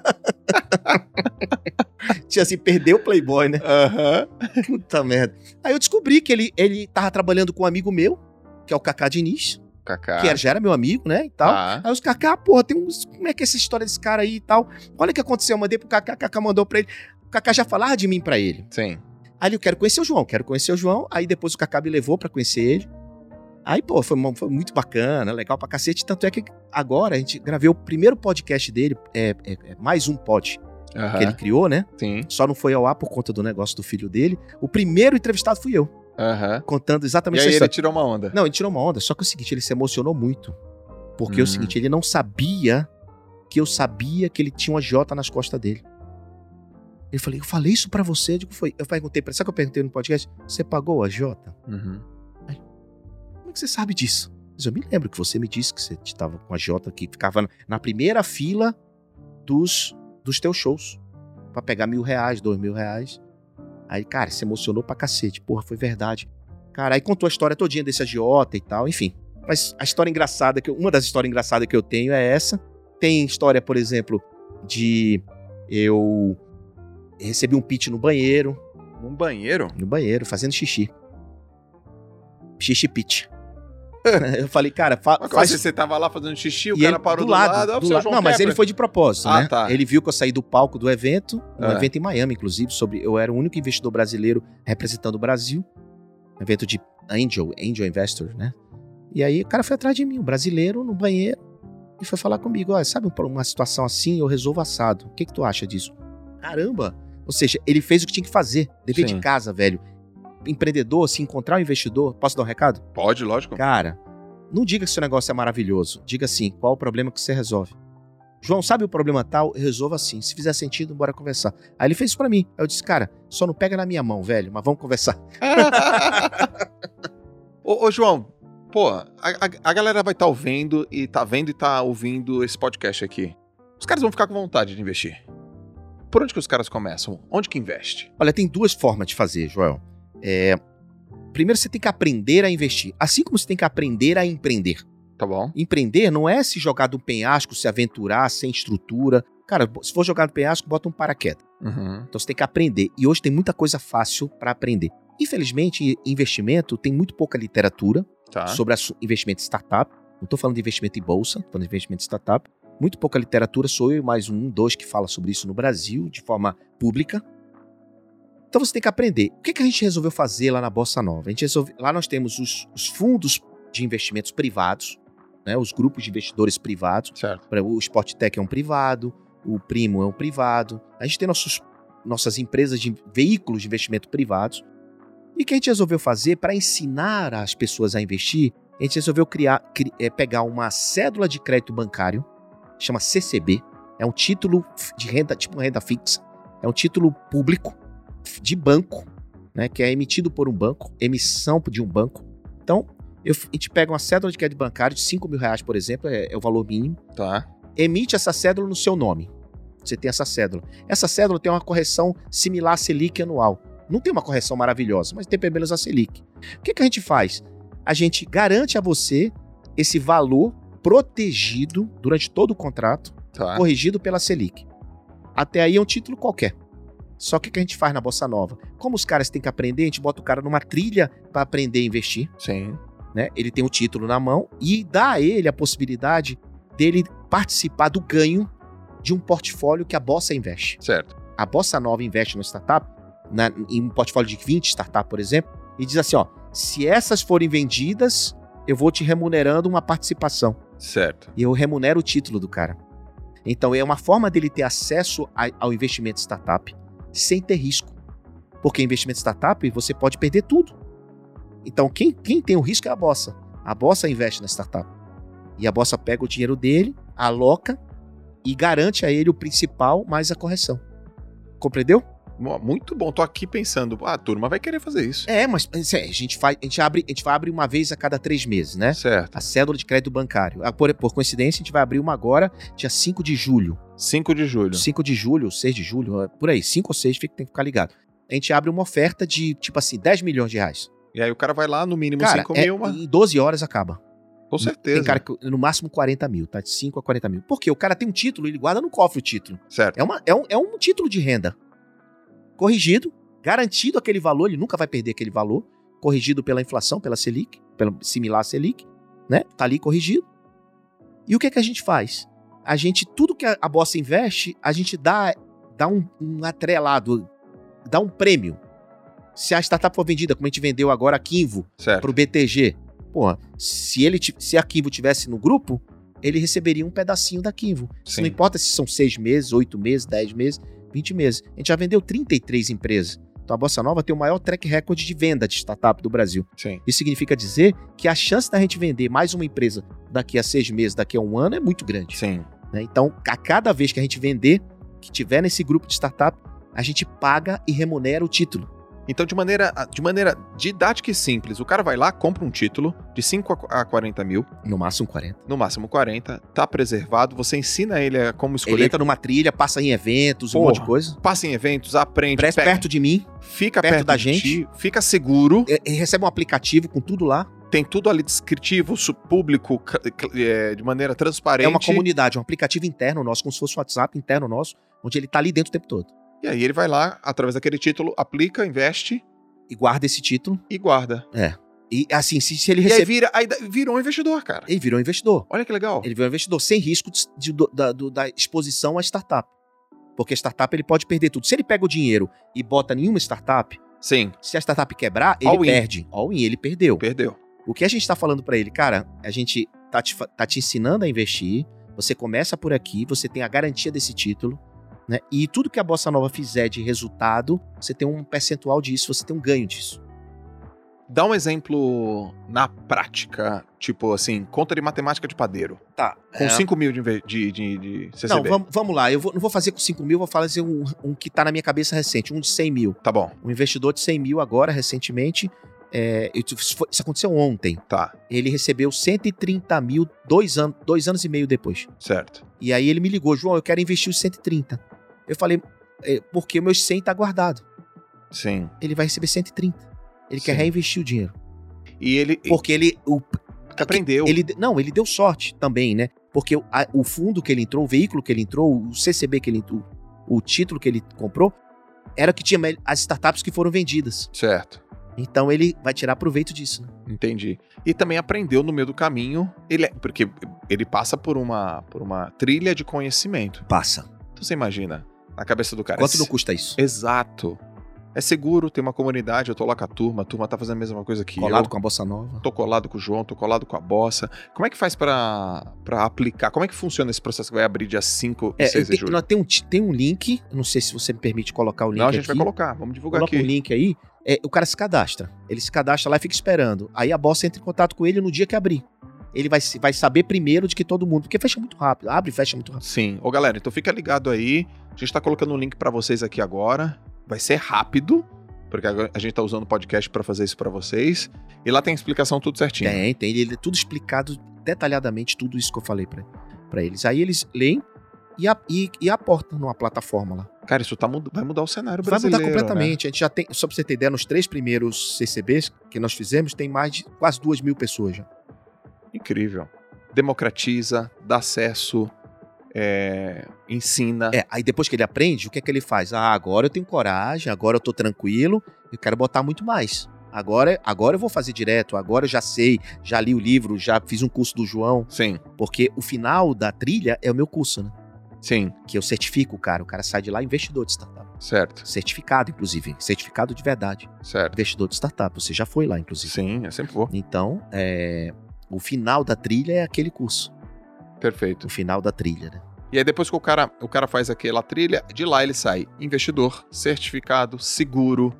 A: Tinha assim, perdeu o Playboy, né? Puta merda. Aí eu descobri que ele tava trabalhando com um amigo meu, que é o Cacá Diniz. Que já era meu amigo, né, e tal. Aí os Cacá, porra, como é que é essa história desse cara aí e tal? Olha o que aconteceu, eu mandei pro Cacá, o Cacá mandou pra ele. O Cacá já falava de mim pra ele.
B: Sim.
A: Aí eu quero conhecer o João. Aí depois o Cacá me levou pra conhecer ele. Aí, pô, foi muito bacana, legal pra cacete. Tanto é que agora a gente gravei o primeiro podcast dele, mais um pod que ele criou, né?
B: Sim.
A: Só não foi ao ar por conta do negócio do filho dele. O primeiro entrevistado fui eu. Contando exatamente
B: essa história. E aí ele tirou uma onda.
A: Não, ele tirou uma onda, só que é o seguinte, ele se emocionou muito. Porque é o seguinte, ele não sabia que eu sabia que ele tinha uma agiota nas costas dele. Ele falou, eu falei isso pra você? Eu perguntei pra ele, sabe o que eu perguntei no podcast? Você pagou a agiota? Aí, como é que você sabe disso? Mas eu me lembro que você me disse que você estava com a agiota que ficava na primeira fila dos teus shows. Pra pegar R$1.000, R$2.000. Aí, cara, se emocionou pra cacete. Porra, foi verdade. Cara, aí contou a história todinha desse agiota e tal, enfim. Mas a história engraçada, uma das histórias engraçadas que eu tenho é essa. Tem história, por exemplo, de eu recebi um pitch no banheiro.
B: Num banheiro?
A: No banheiro, fazendo xixi. Xixi pitch. Eu falei, cara, faz...
B: Você tava lá fazendo xixi, o cara parou do lado.
A: Não, mas ele foi de propósito, né?
B: Tá.
A: Ele viu que eu saí do palco do evento, evento em Miami, inclusive, eu era o único investidor brasileiro representando o Brasil. Evento de Angel Investor, né? E aí o cara foi atrás de mim, um brasileiro no banheiro, e foi falar comigo, ó, sabe uma situação assim, eu resolvo assado. O que tu acha disso? Caramba! Ou seja, ele fez o que tinha que fazer, dever de casa, velho. Empreendedor, se encontrar um investidor, posso dar um recado?
B: Pode, lógico.
A: Cara, não diga que seu negócio é maravilhoso. Diga assim, qual o problema que você resolve? João, sabe o problema tal? Eu resolvo assim. Se fizer sentido, bora conversar. Aí ele fez isso pra mim. Aí eu disse, cara, só não pega na minha mão, velho, mas vamos conversar.
B: Ô, João, pô, a galera vai estar ouvindo e tá ouvindo esse podcast aqui. Os caras vão ficar com vontade de investir. Por onde que os caras começam? Onde que investe?
A: Olha, tem duas formas de fazer, Joel. Primeiro, você tem que aprender a investir. Assim como você tem que aprender a empreender.
B: Tá bom.
A: Empreender não é se jogar do penhasco, se aventurar, sem estrutura. Cara, se for jogar no penhasco, bota um paraquedas. Então você tem que aprender. E hoje tem muita coisa fácil para aprender. Infelizmente, investimento tem muito pouca literatura sobre investimento em startup. Não estou falando de investimento em bolsa, estou falando de investimento em startup. Muito pouca literatura, sou eu e mais dois que fala sobre isso no Brasil, de forma pública. Então você tem que aprender. O que a gente resolveu fazer lá na Bossa Nova? Lá nós temos os fundos de investimentos privados, né, os grupos de investidores privados.
B: Certo.
A: O Sporttech é um privado, o Primo é um privado. A gente tem nossas empresas de veículos de investimento privados. E o que a gente resolveu fazer para ensinar as pessoas a investir? A gente resolveu pegar uma cédula de crédito bancário, chama CCB, é um título de renda, tipo uma renda fixa, é um título público de banco, né, que é emitido por um banco, emissão de um banco. Então, a gente pega uma cédula de crédito bancário de R$5.000, por exemplo, é o valor mínimo.
B: Tá.
A: Emite essa cédula no seu nome. Você tem essa cédula. Essa cédula tem uma correção similar à Selic anual. Não tem uma correção maravilhosa, mas tem pelo menos a Selic. O que a gente faz? A gente garante a você esse valor protegido durante todo o contrato, corrigido pela Selic. Até aí é um título qualquer. Só que o que a gente faz na Bossa Nova? Como os caras têm que aprender, a gente bota o cara numa trilha para aprender a investir.
B: Sim.
A: Né? Ele tem o título na mão e dá a ele a possibilidade dele participar do ganho de um portfólio que a Bossa investe.
B: Certo.
A: A Bossa Nova investe no startup, em um portfólio de 20 startups, por exemplo, e diz assim, ó, se essas forem vendidas, eu vou te remunerando uma participação.
B: Certo.
A: E eu remunero o título do cara. Então é uma forma dele ter acesso ao investimento startup sem ter risco. Porque investimento startup, você pode perder tudo. Então quem tem o risco é a Bossa. A Bossa investe na startup. E a Bossa pega o dinheiro dele, aloca e garante a ele o principal mais a correção. Compreendeu?
B: Muito bom, tô aqui pensando, a turma vai querer fazer isso.
A: Mas a gente vai abrir uma vez a cada 3 meses, né?
B: Certo.
A: A cédula de crédito bancário. Por coincidência, a gente vai abrir uma agora, dia 5 de julho.
B: 5 de julho.
A: 5 de julho, 6 de julho, por aí, 5 ou 6, tem que ficar ligado. A gente abre uma oferta de, tipo assim, R$10 milhões.
B: E aí o cara vai lá, no mínimo 5 mil.
A: Em 12 horas acaba.
B: Com certeza.
A: Tem cara que no máximo 40 mil, tá? De 5 a 40 mil. Porque o cara tem um título, ele guarda no cofre o título.
B: Certo.
A: É um título de renda. Corrigido, garantido aquele valor, ele nunca vai perder aquele valor. Corrigido pela inflação, pela Selic, similar à Selic, né? Tá ali corrigido. E o que a gente faz? Tudo que a Bossa investe, a gente dá um atrelado, dá um prêmio. Se a startup for vendida, como a gente vendeu agora a Kinvo pro BTG, porra, se a Kinvo tivesse no grupo, ele receberia um pedacinho da Kinvo. Não importa se são 6 meses, 8 meses, 10 meses, 20 meses. A gente já vendeu 33 empresas. Então a Bossa Nova tem o maior track record de venda de startup do Brasil.
B: Sim.
A: Isso significa dizer que a chance da gente vender mais uma empresa daqui a 6 meses, daqui a 1 ano, é muito grande.
B: Sim.
A: Né? Então, a cada vez que a gente vender, que tiver nesse grupo de startup, a gente paga e remunera o título.
B: Então, de maneira didática e simples, o cara vai lá, compra um título de 5 a 40 mil.
A: No máximo 40.
B: No máximo 40. Tá preservado. Você ensina ele a como escolher.
A: Ele entra numa trilha, passa em eventos, um monte de coisa.
B: Passa em eventos, aprende.
A: Perto de mim.
B: Fica perto da gente. Fica seguro.
A: Recebe um aplicativo com tudo lá.
B: Tem tudo ali descritivo, público, de maneira transparente.
A: É uma comunidade, um aplicativo interno nosso, como se fosse um WhatsApp interno nosso, onde ele tá ali dentro o tempo todo.
B: E aí ele vai lá, através daquele título, aplica, investe.
A: E guarda esse título.
B: E guarda.
A: E assim, se ele receber...
B: E aí virou um investidor, cara.
A: Ele virou um investidor.
B: Olha que legal.
A: Ele virou um investidor sem risco da exposição à startup. Porque a startup ele pode perder tudo. Se ele pega o dinheiro e bota em uma startup,
B: sim,
A: se a startup quebrar, ele perde. All-in, ele perdeu.
B: Perdeu.
A: O que a gente tá falando pra ele, cara, a gente tá te ensinando a investir, você começa por aqui, você tem a garantia desse título, né? E tudo que a Bossa Nova fizer de resultado, você tem um percentual disso, você tem um ganho disso.
B: Dá um exemplo na prática, tipo assim, conta de matemática de padeiro.
A: Tá.
B: Com 5 mil de CCB.
A: Não, vamos lá, não vou fazer com 5 mil, vou fazer um que tá na minha cabeça recente, um de 100 mil.
B: Tá bom.
A: Um investidor de 100 mil agora, recentemente, isso aconteceu ontem.
B: Tá.
A: Ele recebeu 130 mil 2 anos e meio depois.
B: Certo.
A: E aí ele me ligou, João, eu quero investir os 130. Eu falei, porque o meu 100 tá guardado.
B: Sim.
A: Ele vai receber 130. Ele quer reinvestir o dinheiro.
B: E ele...
A: Porque ele...
B: aprendeu.
A: Ele deu sorte também, né? Porque o fundo que ele entrou, o veículo que ele entrou, o CCB que ele entrou, o título que ele comprou, era que tinha as startups que foram vendidas.
B: Certo.
A: Então ele vai tirar proveito disso, né?
B: Entendi. E também aprendeu no meio do caminho, porque ele passa por uma trilha de conhecimento.
A: Passa.
B: Então você imagina, na cabeça do cara...
A: Quanto não custa isso?
B: Exato. É seguro, tem uma comunidade, eu tô lá com a turma tá fazendo a mesma coisa que
A: colado com a bossa nova.
B: Tô colado com o João, tô colado com a bossa. Como é que faz pra aplicar? Como é que funciona esse processo que vai abrir dia 5 e 6 de julho?
A: Tem um link, não sei se você me permite colocar o link aqui.
B: Não, a gente vai colocar, vamos divulgar aqui.
A: Coloca o link aí, o cara se cadastra. Ele se cadastra lá e fica esperando. Aí a bossa entra em contato com ele no dia que abrir. Ele vai saber primeiro de que todo mundo, porque fecha muito rápido, abre e fecha muito rápido.
B: Sim. Ô galera, então fica ligado aí, a gente tá colocando o link pra vocês aqui agora, vai ser rápido, porque a gente tá usando o podcast pra fazer isso pra vocês. E lá tem explicação tudo certinho.
A: Tem. Ele é tudo explicado detalhadamente, tudo isso que eu falei pra eles. Aí eles leem e aportam numa plataforma lá.
B: Cara, isso vai mudar o cenário brasileiro.
A: Vai mudar completamente.
B: Né?
A: A gente já tem, só pra você ter ideia, nos 3 primeiros CCBs que nós fizemos, tem mais de quase 2.000 pessoas já.
B: Incrível. Democratiza, dá acesso... ensina.
A: Aí depois que ele aprende, o que é que ele faz? Agora eu tenho coragem, agora eu tô tranquilo, eu quero botar muito mais. Agora eu vou fazer direto, agora eu já sei, já li o livro, já fiz um curso do João.
B: Sim.
A: Porque o final da trilha é o meu curso, né?
B: Sim.
A: Que eu certifico o cara sai de lá investidor de startup.
B: Certo.
A: Certificado, inclusive, certificado de verdade.
B: Certo.
A: Investidor de startup, você já foi lá, inclusive.
B: Sim, eu sempre vou.
A: Então, o final da trilha é aquele curso.
B: Perfeito.
A: O final da trilha, né?
B: E aí depois que o cara faz aquela trilha, de lá ele sai investidor, certificado, seguro,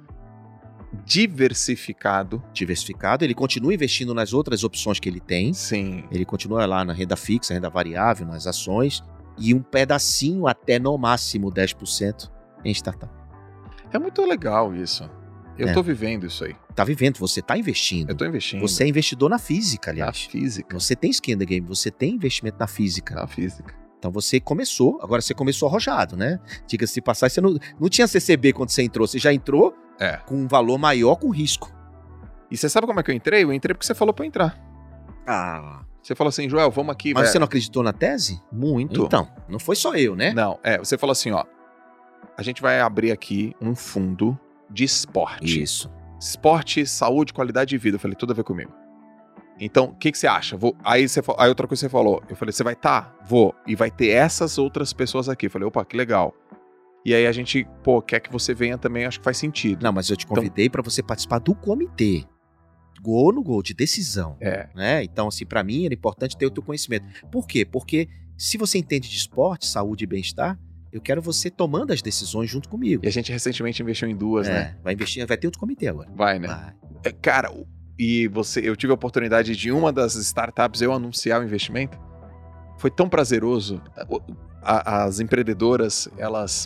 B: diversificado.
A: Diversificado, ele continua investindo nas outras opções que ele tem.
B: Sim.
A: Ele continua lá na renda fixa, renda variável, nas ações. E um pedacinho até no máximo 10% em startup.
B: É muito legal isso. Eu tô vivendo isso aí.
A: Tá vivendo, você tá investindo.
B: Eu tô investindo.
A: Você é investidor na física, aliás.
B: Na física.
A: Você tem skin in the game, você tem investimento na física.
B: Na física.
A: Então você começou, agora você começou arrojado, né? Diga-se de passagem, você não tinha CCB quando você entrou, você já entrou com um valor maior com risco.
B: E você sabe como é que eu entrei? Eu entrei porque você falou pra eu entrar. Você falou assim, Joel, vamos aqui.
A: Mas você não acreditou na tese?
B: Muito.
A: Então, não foi só eu, né?
B: Não, você falou assim, ó, a gente vai abrir aqui um fundo de esporte.
A: Isso.
B: Esporte, saúde, qualidade de vida. Eu falei, tudo a ver comigo. Então, o que você acha? Aí outra coisa que você falou, eu falei, você vai Vou. E vai ter essas outras pessoas aqui. Eu falei, opa, que legal. E aí a gente, quer que você venha também, acho que faz sentido.
A: Não, mas eu te convidei pra você participar do comitê. Gol, de decisão. Né? Então, assim, pra mim era importante ter o teu conhecimento. Por quê? Porque se você entende de esporte, saúde e bem-estar, eu quero você tomando as decisões junto comigo.
B: E a gente recentemente investiu em 2, né?
A: Vai ter outro comitê agora.
B: Vai, né? Vai. Cara, eu tive a oportunidade de uma das startups eu anunciar o investimento. Foi tão prazeroso. As empreendedoras, elas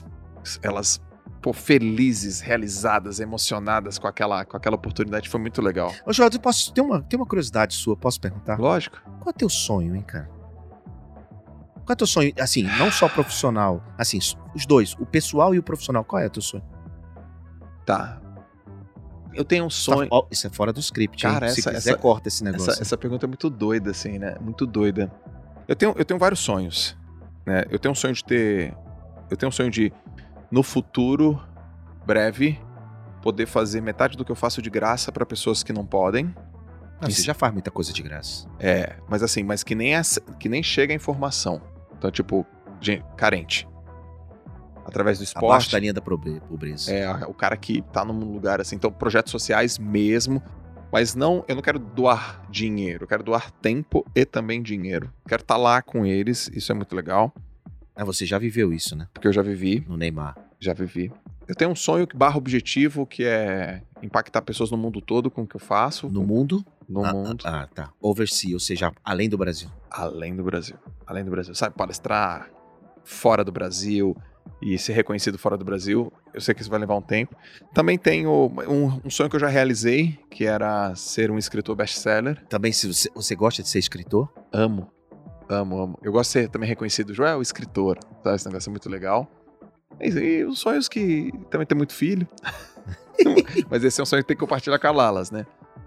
B: felizes, realizadas, emocionadas com aquela oportunidade. Foi muito legal.
A: Ô, João, tem uma curiosidade sua, posso perguntar?
B: Lógico.
A: Qual é o teu sonho, hein, cara? Qual é o teu sonho, assim, não só profissional, assim, os dois, o pessoal e o profissional, qual é o teu sonho?
B: Tá. Eu tenho um sonho...
A: Isso é fora do script,
B: cara,
A: se quiser, corta esse negócio.
B: Essa pergunta é muito doida, assim, né? Muito doida. Eu tenho vários sonhos, né? Eu tenho um sonho de, no futuro, breve, poder fazer metade do que eu faço de graça para pessoas que não podem.
A: Você já faz muita coisa de graça.
B: Mas que nem chega a informação. Então, tipo, gente carente. Através do esporte.
A: Abaixo da linha da pobreza.
B: O cara que tá num lugar assim. Então, projetos sociais mesmo. Mas eu não quero doar dinheiro. Eu quero doar tempo e também dinheiro. Quero estar lá com eles. Isso é muito legal.
A: Você já viveu isso, né?
B: Porque eu já vivi.
A: No Neymar.
B: Já vivi. Eu tenho um sonho / objetivo que é impactar pessoas no mundo todo com o que eu faço.
A: No mundo?
B: No mundo.
A: Tá. Overseas, ou seja, além do Brasil.
B: Além do Brasil. Sabe, palestrar fora do Brasil e ser reconhecido fora do Brasil. Eu sei que isso vai levar um tempo. Também tenho um sonho que eu já realizei, que era ser um escritor best-seller.
A: Também, se você gosta de ser escritor?
B: Amo. Eu gosto de ser também reconhecido. Joel, escritor. Tá? Esse negócio é muito legal. E os sonhos que também tem muito filho. Mas esse é um sonho que tem que compartilhar com a Lalas, né?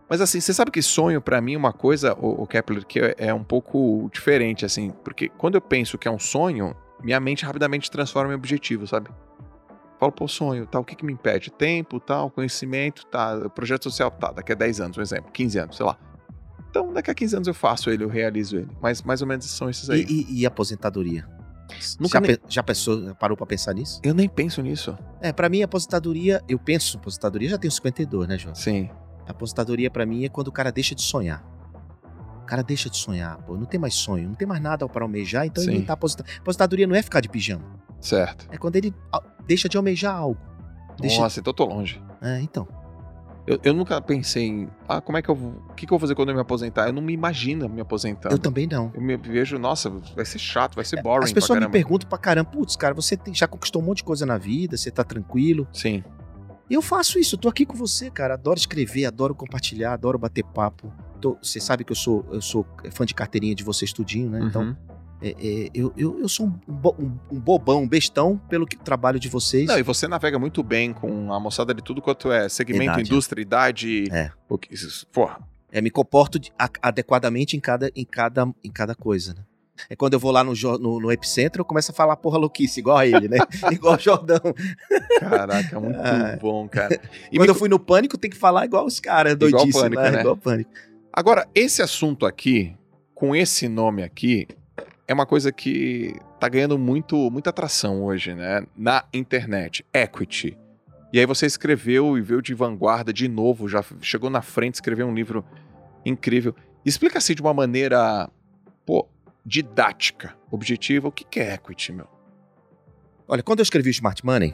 B: Mas assim, você sabe que sonho pra mim é uma coisa, o Kepler, que é um pouco diferente, assim, porque quando eu penso que é um sonho, minha mente rapidamente transforma em objetivo, sabe? Falo, pô, sonho, tá, o que me impede? Tempo, tal, conhecimento, tá, projeto social, tá, daqui a 10 anos, um exemplo, 15 anos, sei lá. Então, daqui a 15 anos eu faço ele, eu realizo ele. Mas mais ou menos são esses aí.
A: E aposentadoria? Já parou pra pensar nisso?
B: Eu nem penso nisso.
A: Pra mim, aposentadoria, eu penso em aposentadoria, já tenho 52, né, João?
B: Sim.
A: A aposentadoria pra mim é quando o cara deixa de sonhar. O cara deixa de sonhar, pô, não tem mais sonho, não tem mais nada para almejar, então ele não tá aposentado. Aposentadoria não é ficar de pijama.
B: Certo.
A: É quando ele deixa de almejar algo.
B: Nossa, então eu tô longe.
A: Então.
B: Eu nunca pensei em, como é que eu vou, o que eu vou fazer quando eu me aposentar? Eu não me imagino me aposentando.
A: Eu também não.
B: Eu me vejo, nossa, vai ser chato, vai ser boring.
A: As pessoas me perguntam pra caramba, putz, cara, você já conquistou um monte de coisa na vida, você tá tranquilo.
B: Sim.
A: E eu faço isso, eu tô aqui com você, cara, adoro escrever, adoro compartilhar, adoro bater papo. Você sabe que eu sou fã de carteirinha de Você Estudinho, né? Então, eu sou um bobão, um bestão pelo trabalho de vocês.
B: Não, e você navega muito bem com a moçada de tudo quanto é segmento, indústria, idade. Porra.
A: Me comporto adequadamente em cada coisa, né? É quando eu vou lá no Epicentro, eu começo a falar porra louquice, igual a ele, né? Igual o Jordão.
B: Caraca, muito bom, cara.
A: E quando eu fui no Pânico, tem que falar igual os caras, doidíssimo,
B: Pânico, né?
A: Igual Pânico.
B: Agora, esse assunto aqui, com esse nome aqui, é uma coisa que tá ganhando muita atração hoje, né? Na internet. Equity. E aí você escreveu e veio de vanguarda de novo, já chegou na frente, escreveu um livro incrível. Explica assim de uma maneira, didática, objetiva, o que é equity, meu?
A: Olha, quando eu escrevi o Smart Money,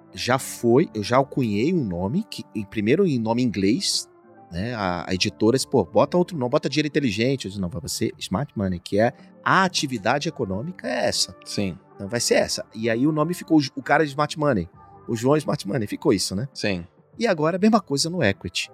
A: eu já alcunhei um nome, primeiro em nome inglês, né? A editora disse, bota outro nome, bota dinheiro inteligente. Eu disse, não, vai ser Smart Money, que é a atividade econômica é essa.
B: Sim.
A: Então vai ser essa. E aí o nome ficou o cara de Smart Money, o João Smart Money, ficou isso, né?
B: Sim.
A: E agora a mesma coisa no equity.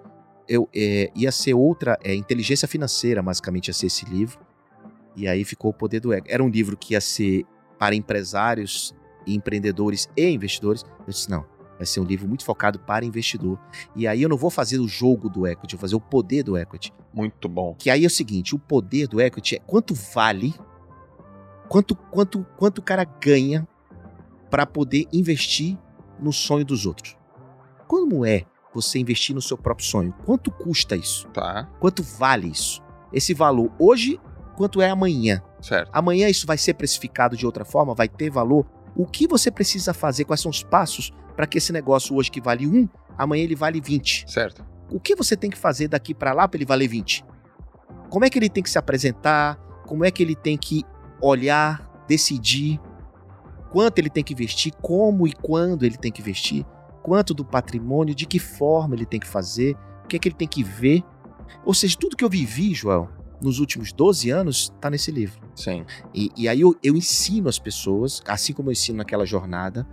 A: Ia ser outra, inteligência financeira, basicamente ia ser esse livro. E aí ficou o poder do equity. Era um livro que ia ser para empresários, empreendedores e investidores. Eu disse, não, vai ser um livro muito focado para investidor. E aí eu não vou fazer o jogo do equity, eu vou fazer o poder do equity.
B: Muito bom.
A: Que aí é o seguinte, o poder do equity é quanto vale, quanto o cara ganha para poder investir no sonho dos outros. Como é você investir no seu próprio sonho? Quanto custa isso?
B: Tá.
A: Quanto vale isso? Esse valor hoje, quanto é amanhã?
B: Certo.
A: Amanhã isso vai ser precificado de outra forma? Vai ter valor? O que você precisa fazer? Quais são os passos para que esse negócio hoje que vale 1, amanhã ele vale 20?
B: Certo.
A: O que você tem que fazer daqui para lá para ele valer 20? Como é que ele tem que se apresentar? Como é que ele tem que olhar, decidir? Quanto ele tem que investir? Como e quando ele tem que investir? Quanto do patrimônio? De que forma ele tem que fazer? O que é que ele tem que ver? Ou seja, tudo que eu vivi, João, nos últimos 12 anos, está nesse livro.
B: Sim.
A: E aí eu ensino as pessoas, assim como eu ensino naquela jornada,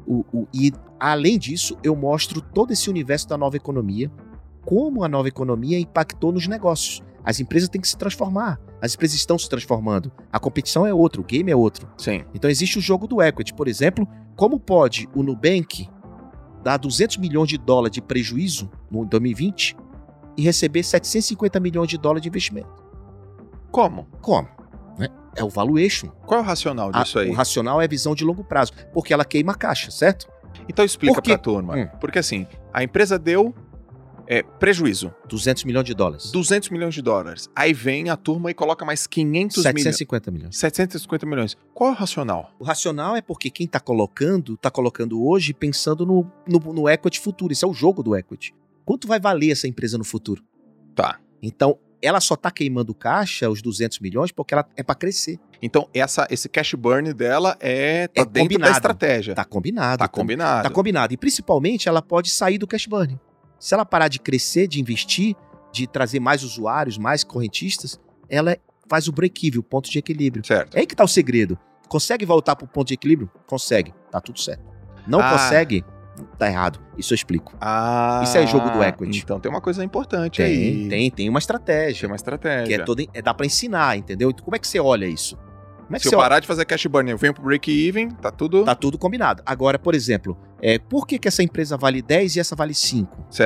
A: e além disso, eu mostro todo esse universo da nova economia, como a nova economia impactou nos negócios. As empresas têm que se transformar, as empresas estão se transformando, a competição é outra, o game é outro.
B: Sim.
A: Então existe o jogo do equity, por exemplo, como pode o Nubank dar 200 milhões de dólares de prejuízo no 2020 e receber 750 milhões de dólares de investimento?
B: Como?
A: Né? É o valuation.
B: Qual é o racional disso aí?
A: O racional é a visão de longo prazo, porque ela queima a caixa, certo?
B: Então explica pra turma. Porque assim, a empresa deu prejuízo.
A: 200 milhões de dólares.
B: 200 milhões de dólares. Aí vem a turma e coloca mais 500 milhões.
A: 750 milhões.
B: 750 milhões. Qual é o racional?
A: O racional é porque quem tá colocando hoje pensando no equity futuro. Isso é o jogo do equity. Quanto vai valer essa empresa no futuro?
B: Tá.
A: Então, ela só tá queimando caixa, os 200 milhões, porque ela é para crescer.
B: Então, esse cash burn dela tá dentro combinado da estratégia.
A: Tá combinado.
B: Tá combinado.
A: Tá combinado. E principalmente, ela pode sair do cash burn. Se ela parar de crescer, de investir, de trazer mais usuários, mais correntistas, ela faz o break-even, o ponto de equilíbrio.
B: Certo.
A: É aí que tá o segredo. Consegue voltar pro ponto de equilíbrio? Consegue. Tá tudo certo. Não consegue? Tá errado. Isso eu explico. Isso é jogo do equity.
B: Então tem uma coisa importante aí.
A: Tem uma estratégia.
B: Tem uma estratégia.
A: Que dá pra ensinar, entendeu? Então, como é que você olha isso?
B: Se eu parar de fazer cash burn, eu venho pro break-even, tá tudo...
A: Tá tudo combinado. Agora, por exemplo, por que essa empresa vale 10 e essa vale 5?
B: Certo.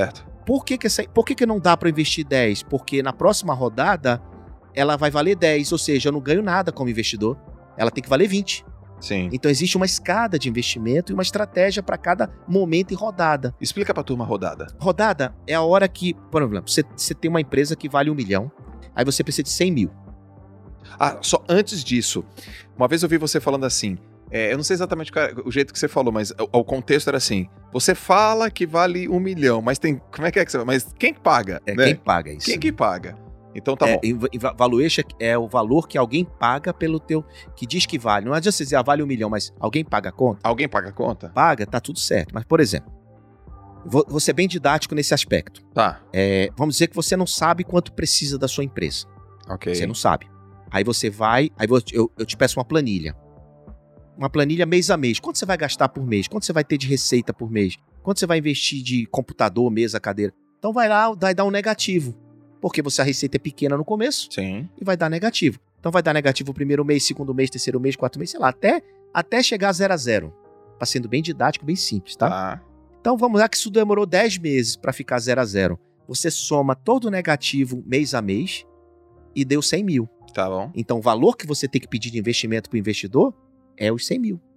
A: Por que não dá para investir 10? Porque na próxima rodada ela vai valer 10, ou seja, eu não ganho nada como investidor. Ela tem que valer 20.
B: Sim.
A: Então existe uma escada de investimento e uma estratégia para cada momento e rodada.
B: Explica pra turma a rodada.
A: Rodada é a hora que, por exemplo, você tem uma empresa que vale 1 milhão, aí você precisa de 100 mil.
B: Só antes disso, uma vez eu vi você falando assim, eu não sei exatamente o jeito que você falou, mas o contexto era assim, você fala que vale 1 milhão, mas como é que você... Mas quem paga?
A: Né?
B: Quem
A: paga isso?
B: Quem que paga? Então tá bom.
A: Valuation é o valor que alguém paga pelo teu... Que diz que vale. Não adianta você dizer, vale 1 milhão, mas alguém paga a conta?
B: Alguém paga a conta?
A: Paga, tá tudo certo. Mas, por exemplo, vou ser bem didático nesse aspecto.
B: Tá.
A: Vamos dizer que você não sabe quanto precisa da sua empresa.
B: Ok.
A: Você não sabe. Aí você vai... eu te peço uma planilha. Uma planilha mês a mês. Quanto você vai gastar por mês? Quanto você vai ter de receita por mês? Quanto você vai investir de computador, mesa, cadeira? Então vai lá, vai dar um negativo. Porque a receita é pequena no começo.
B: Sim.
A: E vai dar negativo. Então vai dar negativo o primeiro mês, segundo mês, terceiro mês, quarto mês, sei lá, até chegar a 0 a 0. Tá sendo bem didático, bem simples, tá? Então vamos lá que isso demorou 10 meses para ficar 0 a 0. Você soma todo o negativo mês a mês e deu 100 mil.
B: Tá bom.
A: Então o valor que você tem que pedir de investimento pro investidor é os 100 mil.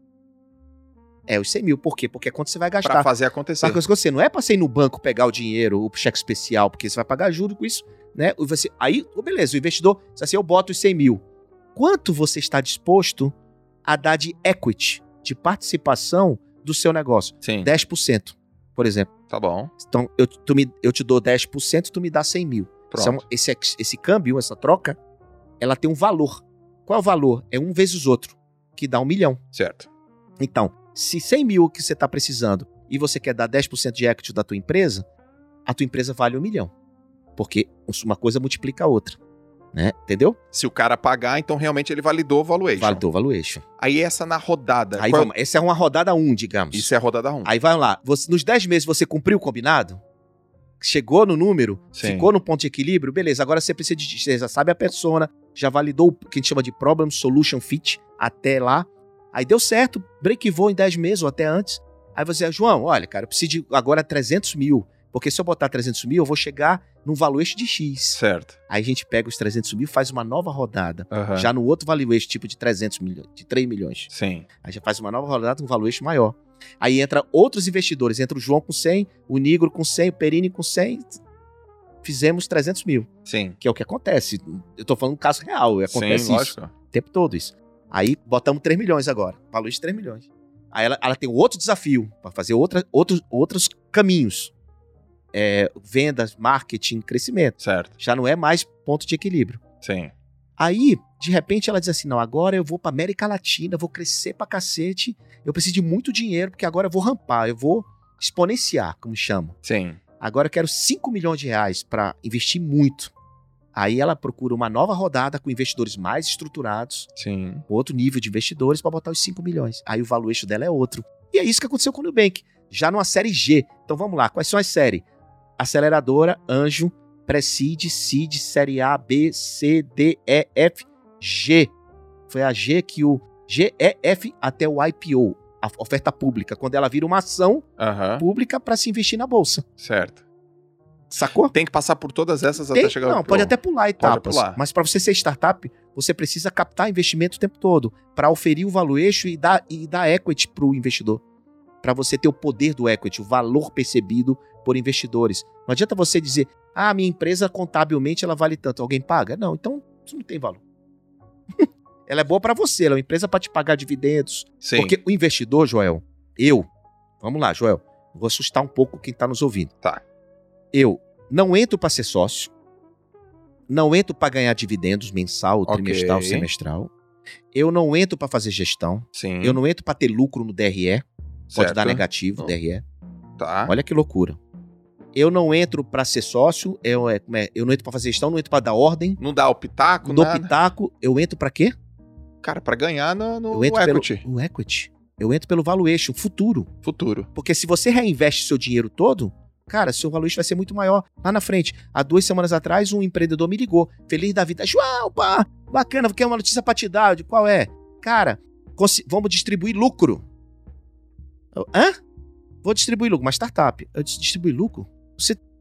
A: É os 100 mil. Por quê? Porque é quanto você vai gastar.
B: Pra fazer acontecer.
A: Sabe que você não é pra você ir no banco pegar o dinheiro, o cheque especial, porque você vai pagar juros com isso, né? Aí, beleza, o investidor diz assim, eu boto os 100 mil. Quanto você está disposto a dar de equity, de participação do seu negócio?
B: Sim.
A: 10%, por exemplo.
B: Tá bom.
A: Então, eu te dou 10%, tu me dá 100 mil.
B: Pronto.
A: Esse câmbio, essa troca, ela tem um valor. Qual é o valor? É 1 vezes outro, que dá 1 milhão.
B: Certo.
A: Então, se 100 mil que você está precisando e você quer dar 10% de equity da tua empresa, a tua empresa vale 1 milhão. Porque uma coisa multiplica a outra. Né? Entendeu?
B: Se o cara pagar, então realmente ele validou o valuation.
A: Validou o valuation.
B: Aí essa na rodada.
A: Essa é uma rodada 1, digamos.
B: Isso é a rodada 1.
A: Aí vai lá. Nos 10 meses você cumpriu o combinado? Chegou no número?
B: Sim.
A: Ficou no ponto de equilíbrio? Beleza, agora você já sabe a persona, já validou o que a gente chama de Problem Solution Fit até lá. Aí deu certo, break-even em 10 meses ou até antes. Aí você diz, João, olha, cara, eu preciso de agora 300 mil. Porque se eu botar 300 mil, eu vou chegar num valuation de X.
B: Certo.
A: Aí a gente pega os 300 mil e faz uma nova rodada.
B: Uhum.
A: Já no outro valuation, tipo de 300 milhões, de 3 milhões.
B: Sim.
A: Aí já faz uma nova rodada, um valuation maior. Aí entra outros investidores. Entra o João com 100, o Nigro com 100, o Perini com 100. Fizemos 300 mil.
B: Sim.
A: Que é o que acontece. Eu tô falando um caso real. Acontece
B: Sim,
A: isso.
B: lógico.
A: O tempo todo isso. Aí botamos 3 milhões agora. Valor de 3 milhões. Aí ela tem outro desafio para fazer outros caminhos. Vendas, marketing, crescimento.
B: Certo.
A: Já não é mais ponto de equilíbrio.
B: Sim.
A: Aí, de repente, ela diz assim, não, agora eu vou pra América Latina, vou crescer pra cacete, eu preciso de muito dinheiro, porque agora eu vou rampar, eu vou exponenciar, como chama.
B: Sim.
A: Agora eu quero 5 milhões de reais para investir muito. Aí ela procura uma nova rodada com investidores mais estruturados,
B: Sim.
A: outro nível de investidores para botar os 5 milhões. Aí o valuation dela é outro. E é isso que aconteceu com o Nubank, já numa série G. Então vamos lá, quais são as séries? Aceleradora, Anjo, Pre-Seed, Seed, Série A, B, C, D, E, F, G. Foi a G que o G, E, F até o IPO, a oferta pública, quando ela vira uma ação pública para se investir na bolsa.
B: Certo.
A: Sacou?
B: Tem que passar por todas essas até chegar ao...
A: Não, pode até pular etapas. Mas para você ser startup, você precisa captar investimento o tempo todo para oferir o valuation e dar equity para o investidor. Para você ter o poder do equity, o valor percebido por investidores. Não adianta você dizer, minha empresa contabilmente ela vale tanto. Alguém paga? Não, então isso não tem valor. Ela é boa para você, ela é uma empresa para te pagar dividendos.
B: Sim.
A: Porque o investidor, Joel, vamos lá, Joel, vou assustar um pouco quem tá nos ouvindo.
B: Tá.
A: Eu não entro para ser sócio, não entro para ganhar dividendos mensal, trimestral, semestral. Eu não entro para fazer gestão.
B: Sim.
A: Eu não entro para ter lucro no DRE. Pode
B: Certo.
A: dar negativo, DRE.
B: Tá.
A: Olha que loucura. Eu não entro para ser sócio, eu não entro para fazer gestão, não entro para dar ordem.
B: Não dá o pitaco,
A: No
B: nada.
A: pitaco, eu entro para quê?
B: Cara, pra ganhar no
A: Eu entro
B: equity.
A: pelo equity. Eu entro pelo valuation, futuro.
B: Futuro.
A: Porque se você reinveste seu dinheiro todo, cara, seu valuation vai ser muito maior lá na frente. Há 2 semanas atrás, um empreendedor me ligou, feliz da vida. João, pá, bacana, quer uma notícia pra te dar? Eu digo, qual é? Cara, vamos distribuir lucro. Hã? Vou distribuir lucro, uma startup. Eu disse, distribuir lucro?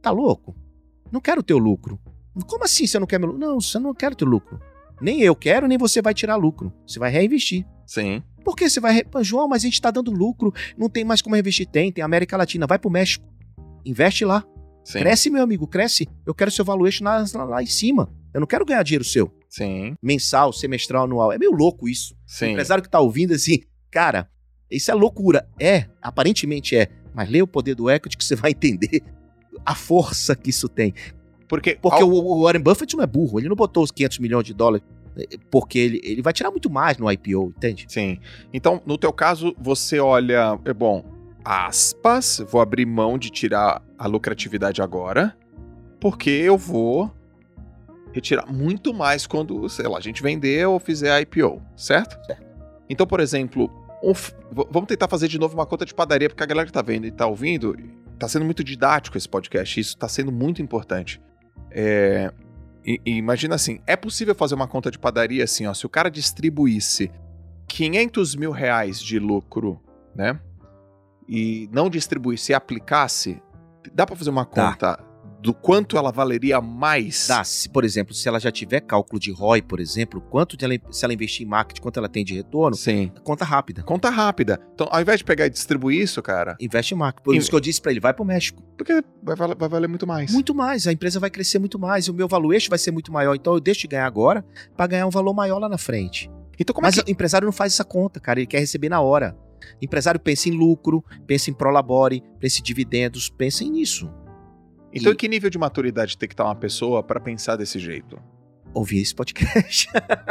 A: Tá louco? Não quero o teu lucro. Como assim você não quer meu lucro? Não, você não quer o teu lucro. Nem eu quero, nem você vai tirar lucro. Você vai reinvestir.
B: Sim.
A: Por que você vai... João, mas a gente tá dando lucro. Não tem mais como reinvestir. Tem América Latina. Vai pro México. Investe lá. Sim. Cresce, meu amigo, cresce. Eu quero seu valuation lá em cima. Eu não quero ganhar dinheiro seu.
B: Sim.
A: Mensal, semestral, anual. É meio louco isso.
B: Sim.
A: O empresário que tá ouvindo assim, cara, isso é loucura. Aparentemente é. Mas lê o Poder do Equity que você vai entender a força que isso tem. Porque o Warren Buffett não é burro. Ele não botou os 500 milhões de dólares porque ele vai tirar muito mais no IPO, entende?
B: Sim. Então, no teu caso, você olha... aspas, vou abrir mão de tirar a lucratividade agora, porque eu vou retirar muito mais quando, sei lá, a gente vender ou fizer a IPO, certo?
A: Certo.
B: Então, por exemplo, vamos tentar fazer de novo uma conta de padaria, porque a galera que tá vendo e tá ouvindo, tá sendo muito didático esse podcast, isso tá sendo muito importante. Imagina assim, é possível fazer uma conta de padaria assim, ó, se o cara distribuísse 500 mil reais de lucro, né? E não distribuísse e aplicasse, dá pra fazer uma conta do quanto ela valeria mais?
A: Dá. Por exemplo, se ela já tiver cálculo de ROI, por exemplo, se ela investir em marketing, quanto ela tem de retorno,
B: sim.
A: Conta rápida.
B: Conta rápida. Então, ao invés de pegar e distribuir isso, cara...
A: Investe em marketing. Por isso que eu disse pra ele, vai pro México.
B: Porque vai valer muito mais.
A: Muito mais. A empresa vai crescer muito mais. O meu valuation vai ser muito maior. Então, eu deixo de ganhar agora pra ganhar um valor maior lá na frente.
B: Então,
A: Mas o empresário não faz essa conta, cara. Ele quer receber na hora. O empresário pensa em lucro, pensa em prolabore, pensa em dividendos, pensa nisso.
B: Então, em que nível de maturidade tem que estar uma pessoa para pensar desse jeito?
A: Ouvir esse podcast.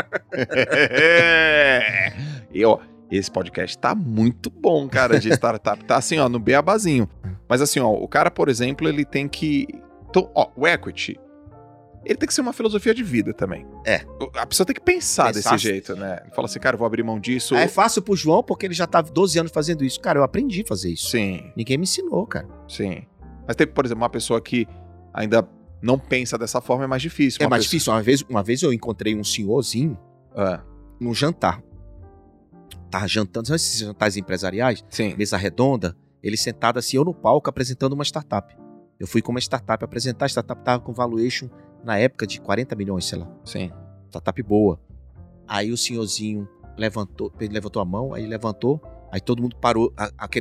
B: Esse podcast tá muito bom, cara, de startup. Tá assim, ó, no beabazinho. Mas assim, ó, o cara, por exemplo, ele tem que... Então, ó, o equity, ele tem que ser uma filosofia de vida também. A pessoa tem que pensar desse jeito, né? Ele fala assim, cara, eu vou abrir mão disso.
A: É fácil pro João, porque ele já tá 12 anos fazendo isso. Cara, eu aprendi a fazer isso.
B: Sim.
A: Ninguém me ensinou, cara.
B: Sim. Mas tem, por exemplo, uma pessoa que ainda não pensa dessa forma, é mais difícil.
A: Difícil. Uma vez eu encontrei um senhorzinho num jantar. Tava jantando, sabe esses jantares empresariais?
B: Sim.
A: Mesa redonda, ele sentado assim, eu no palco apresentando uma startup. Eu fui com uma startup apresentar, a startup tava com valuation na época de 40 milhões, sei lá.
B: Sim. Startup
A: boa. Aí o senhorzinho levantou a mão, aí levantou, aí todo mundo parou,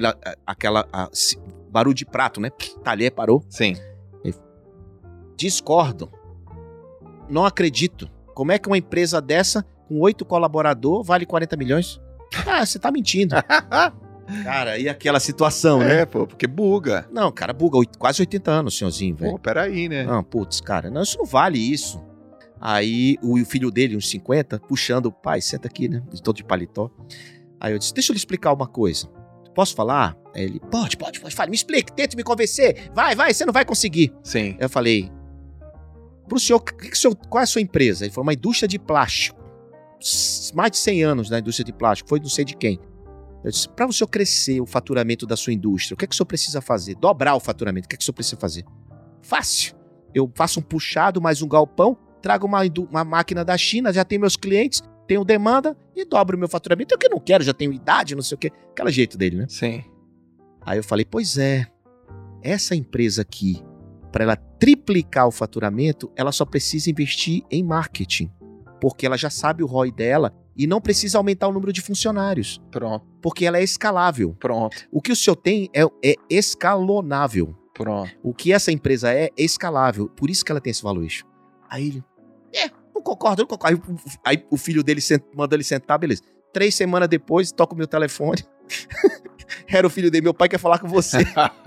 A: barulho de prato, né? Talher parou.
B: Sim.
A: Discordo. Não acredito. Como é que uma empresa dessa, com 8 colaboradores, vale 40 milhões? Ah, você tá mentindo. Cara, e aquela situação, né?
B: Porque buga.
A: Não, cara, buga. Quase 80 anos, senhorzinho, velho.
B: Peraí, né?
A: Não, putz, cara, não, isso não vale isso. Aí o filho dele, uns 50, puxando o pai, senta aqui, né? Todo de paletó. Aí eu disse, deixa eu lhe explicar uma coisa. Posso falar? Aí ele, pode, fale, me explique, tente me convencer. Vai, você não vai conseguir.
B: Sim.
A: Aí eu falei, pro senhor, qual é a sua empresa? Ele falou, uma indústria de plástico. Mais de 100 anos na indústria de plástico, foi não sei de quem. Eu disse, para o senhor crescer o faturamento da sua indústria, o que é que o senhor precisa fazer? Dobrar o faturamento, o que é que o senhor precisa fazer? Fácil. Eu faço um puxado, mais um galpão, trago uma máquina da China, já tenho meus clientes, tenho demanda e dobro o meu faturamento. Eu que não quero, já tenho idade, não sei o quê. Aquele jeito dele, né?
B: Sim.
A: Aí eu falei, pois é, essa empresa aqui, para ela triplicar o faturamento, ela só precisa investir em marketing, porque ela já sabe o ROI dela e não precisa aumentar o número de funcionários.
B: Pronto.
A: Porque ela é escalável.
B: Pronto.
A: O que o senhor tem é escalonável.
B: Pronto.
A: O que essa empresa é escalável. Por isso que ela tem esse valuation. Aí ele, não concordo. Aí o filho dele manda ele sentar, beleza. 3 semanas depois, toca o meu telefone. Era o filho dele, meu pai quer falar com você.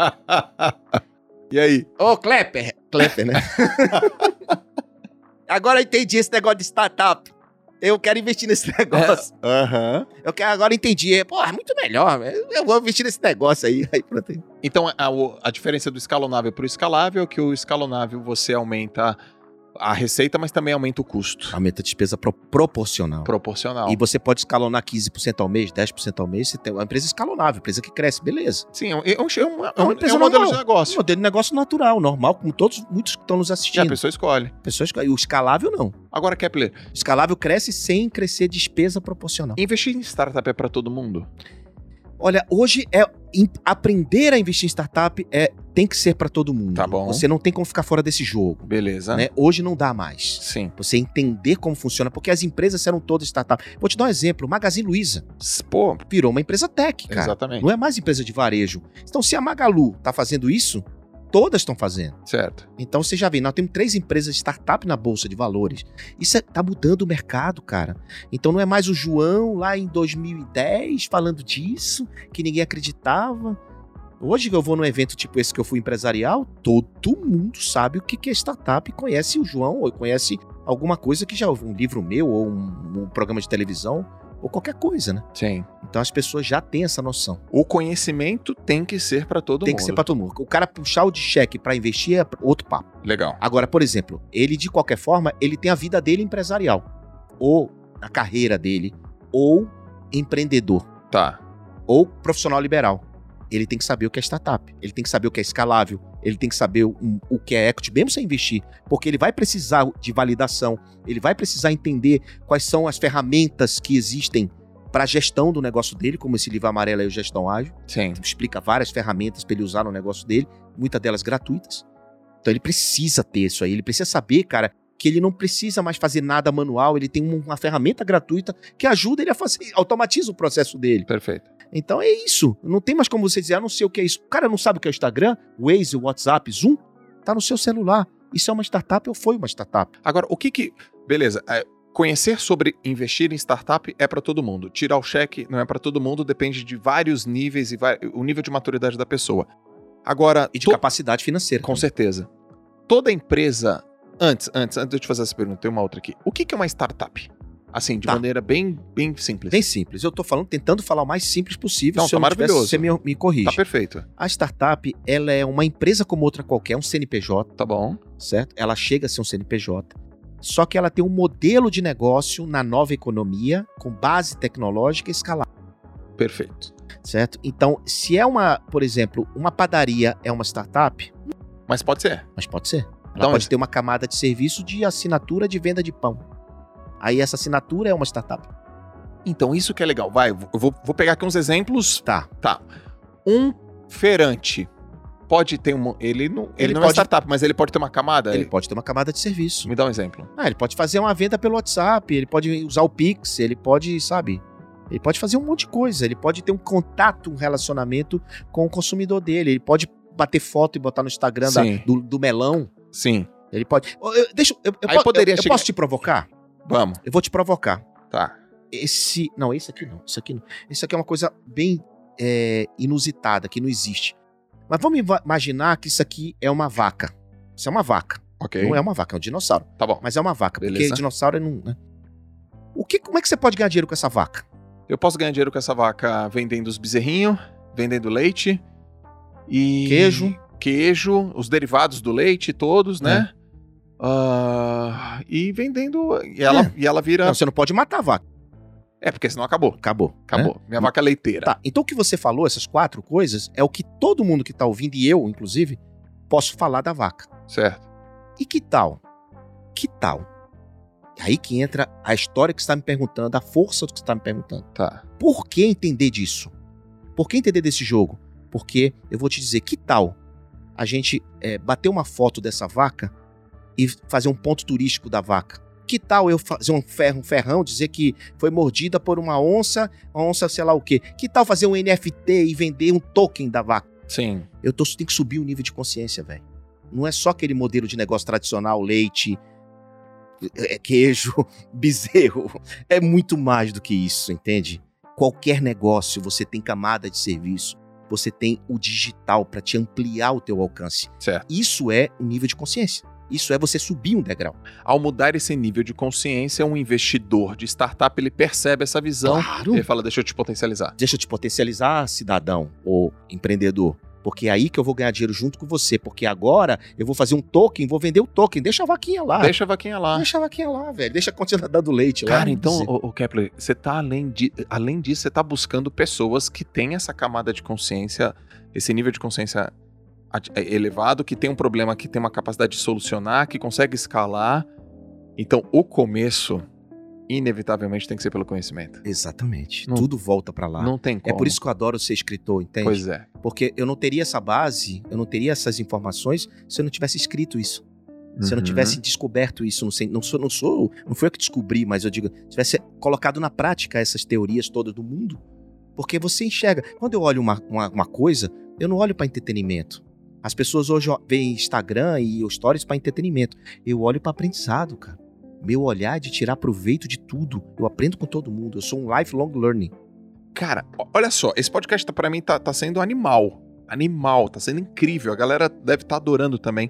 B: E aí?
A: Ô, Klepper, né? Agora eu entendi esse negócio de startup. Eu quero investir nesse negócio. Agora entendi. Pô, é muito melhor. Eu vou investir nesse negócio aí. Pronto.
B: Então, a diferença do escalonável para o escalável é que o escalonável você aumenta a receita, mas também aumenta o custo.
A: Aumenta a despesa proporcional.
B: Proporcional.
A: E você pode escalonar 15% ao mês, 10% ao mês. Você tem uma empresa escalonável, empresa que cresce, beleza.
B: Sim, é um modelo de negócio.
A: Um modelo de negócio natural, normal, como muitos que estão nos assistindo.
B: E a pessoa escolhe.
A: E o escalável, não.
B: Agora, Kepler...
A: O escalável cresce sem crescer despesa proporcional.
B: Investir em startup é para todo mundo?
A: Olha, hoje aprender a investir em startup tem que ser para todo mundo.
B: Tá bom.
A: Você não tem como ficar fora desse jogo.
B: Beleza.
A: Né? Hoje não dá mais.
B: Sim.
A: Você entender como funciona, porque as empresas eram todas startup. Vou te dar um exemplo, Magazine Luiza.
B: Pô,
A: virou uma empresa tech, cara.
B: Exatamente.
A: Não é mais empresa de varejo. Então, se a Magalu tá fazendo isso, todas estão fazendo.
B: Certo.
A: Então, você já vê, nós temos 3 empresas de startup na Bolsa de Valores. Isso tá mudando o mercado, cara. Então, não é mais o João lá em 2010 falando disso, que ninguém acreditava. Hoje que eu vou num evento tipo esse que eu fui empresarial, todo mundo sabe o que é startup, conhece o João, ou conhece alguma coisa que já ouviu, um livro meu, ou um programa de televisão, ou qualquer coisa, né?
B: Sim.
A: Então as pessoas já têm essa noção.
B: O conhecimento tem que ser para todo mundo.
A: Tem que ser para todo mundo. O cara puxar o de cheque para investir é outro papo.
B: Legal.
A: Agora, por exemplo, ele de qualquer forma, ele tem a vida dele empresarial, ou a carreira dele, ou empreendedor.
B: Tá.
A: Ou profissional liberal. Ele tem que saber o que é startup, ele tem que saber o que é escalável, ele tem que saber o que é equity, mesmo sem investir, porque ele vai precisar de validação, ele vai precisar entender quais são as ferramentas que existem para a gestão do negócio dele, como esse livro amarelo aí, o Gestão Ágil.
B: Sim.
A: Explica várias ferramentas para ele usar no negócio dele, muitas delas gratuitas. Então ele precisa ter isso aí, ele precisa saber, cara, que ele não precisa mais fazer nada manual, ele tem uma ferramenta gratuita que ajuda ele a fazer, automatiza o processo dele.
B: Perfeito.
A: Então é isso. Não tem mais como você dizer, não sei o que é isso. O cara não sabe o que é o Instagram, o Waze, o WhatsApp, Zoom, tá no seu celular. Isso é uma startup ou foi uma startup?
B: Agora, o que... Beleza, conhecer sobre investir em startup é para todo mundo. Tirar o cheque não é para todo mundo, depende de vários níveis e o nível de maturidade da pessoa. Agora...
A: E de capacidade financeira.
B: Com certeza. Toda empresa... Antes de eu te fazer essa pergunta, tem uma outra aqui. O que é uma startup? Assim, de maneira bem simples.
A: Bem simples. Eu tô tentando falar o mais simples possível.
B: Não, tá maravilhoso.
A: Você me corrige.
B: Tá perfeito.
A: A startup, ela é uma empresa como outra qualquer, um CNPJ.
B: Tá bom.
A: Certo? Ela chega a ser um CNPJ. Só que ela tem um modelo de negócio na nova economia, com base tecnológica e escalável.
B: Perfeito.
A: Certo? Então, se é por exemplo, uma padaria é uma startup...
B: Mas pode ser.
A: Mas pode ser. Ela pode ter uma camada de serviço de assinatura de venda de pão. Aí essa assinatura é uma startup.
B: Então, isso que é legal. Vai, eu vou pegar aqui uns exemplos.
A: Tá.
B: Um feirante pode ter ele não é startup, mas ele pode ter uma camada?
A: Ele pode ter uma camada de serviço.
B: Me dá um exemplo.
A: Ele pode fazer uma venda pelo WhatsApp, ele pode usar o Pix, ele pode, ele pode fazer um monte de coisa, ele pode ter um contato, um relacionamento com o consumidor dele, ele pode bater foto e botar no Instagram do melão.
B: Sim.
A: Ele pode... Eu posso te provocar?
B: Vamos.
A: Eu vou te provocar.
B: Tá.
A: Esse aqui não. Isso aqui é uma coisa bem inusitada, que não existe. Mas vamos imaginar que isso aqui é uma vaca. Isso é uma vaca.
B: Ok.
A: Não é uma vaca, é um dinossauro.
B: Tá bom.
A: Mas é uma vaca,
B: Beleza.
A: porque dinossauro não... Né? Como é que você pode ganhar dinheiro com essa vaca?
B: Eu posso ganhar dinheiro com essa vaca vendendo os bezerrinhos, vendendo leite e... Queijo, os derivados do leite todos, né? E vendendo... E ela vira...
A: Não, você não pode matar a vaca.
B: Porque senão acabou.
A: Acabou.
B: Né? Minha vaca é leiteira.
A: Tá, então o que você falou, essas 4 coisas, é o que todo mundo que tá ouvindo, e eu, inclusive, posso falar da vaca.
B: Certo.
A: E que tal? Aí que entra a história que você tá me perguntando, a força do que você tá me perguntando.
B: Tá.
A: Por que entender disso? Por que entender desse jogo? Porque eu vou te dizer, que tal a gente bater uma foto dessa vaca e fazer um ponto turístico da vaca? Que tal eu fazer um ferrão, dizer que foi mordida por uma onça sei lá o quê? Que tal fazer um NFT e vender um token da vaca?
B: Sim.
A: Tem que subir o nível de consciência, velho. Não é só aquele modelo de negócio tradicional, leite, queijo, bezerro. É muito mais do que isso, entende? Qualquer negócio, você tem camada de serviço, você tem o digital para te ampliar o teu alcance.
B: Certo.
A: Isso é o nível de consciência. Isso é você subir um degrau.
B: Ao mudar esse nível de consciência, um investidor de startup, ele percebe essa visão.
A: Claro.
B: Ele fala, deixa eu te potencializar.
A: Deixa eu te potencializar, cidadão ou empreendedor. Porque é aí que eu vou ganhar dinheiro junto com você. Porque agora eu vou fazer um token, vou vender o token. Deixa a vaquinha lá.
B: Deixa a vaquinha lá,
A: velho. Deixa continuar dando leite lá.
B: Cara, então, Kepler, você tá além disso, você tá buscando pessoas que têm essa camada de consciência, esse nível de consciência elevado, que tem um problema, que tem uma capacidade de solucionar, que consegue escalar. Então, o começo, inevitavelmente tem que ser pelo conhecimento.
A: Exatamente. Tudo volta pra lá.
B: Não tem como.
A: É por isso que eu adoro ser escritor, entende?
B: Pois é.
A: Porque eu não teria essa base, eu não teria essas informações se eu não tivesse escrito isso. Se eu não tivesse descoberto isso, não foi eu que descobri, mas eu digo, tivesse colocado na prática essas teorias todas do mundo, porque você enxerga. Quando eu olho uma coisa, eu não olho para entretenimento. As pessoas hoje veem Instagram e stories para entretenimento. Eu olho para aprendizado, cara. Meu olhar é de tirar proveito de tudo. Eu aprendo com todo mundo. Eu sou um lifelong learning.
B: Cara, olha só, esse podcast pra mim tá sendo animal. Animal, tá sendo incrível. A galera deve estar adorando também.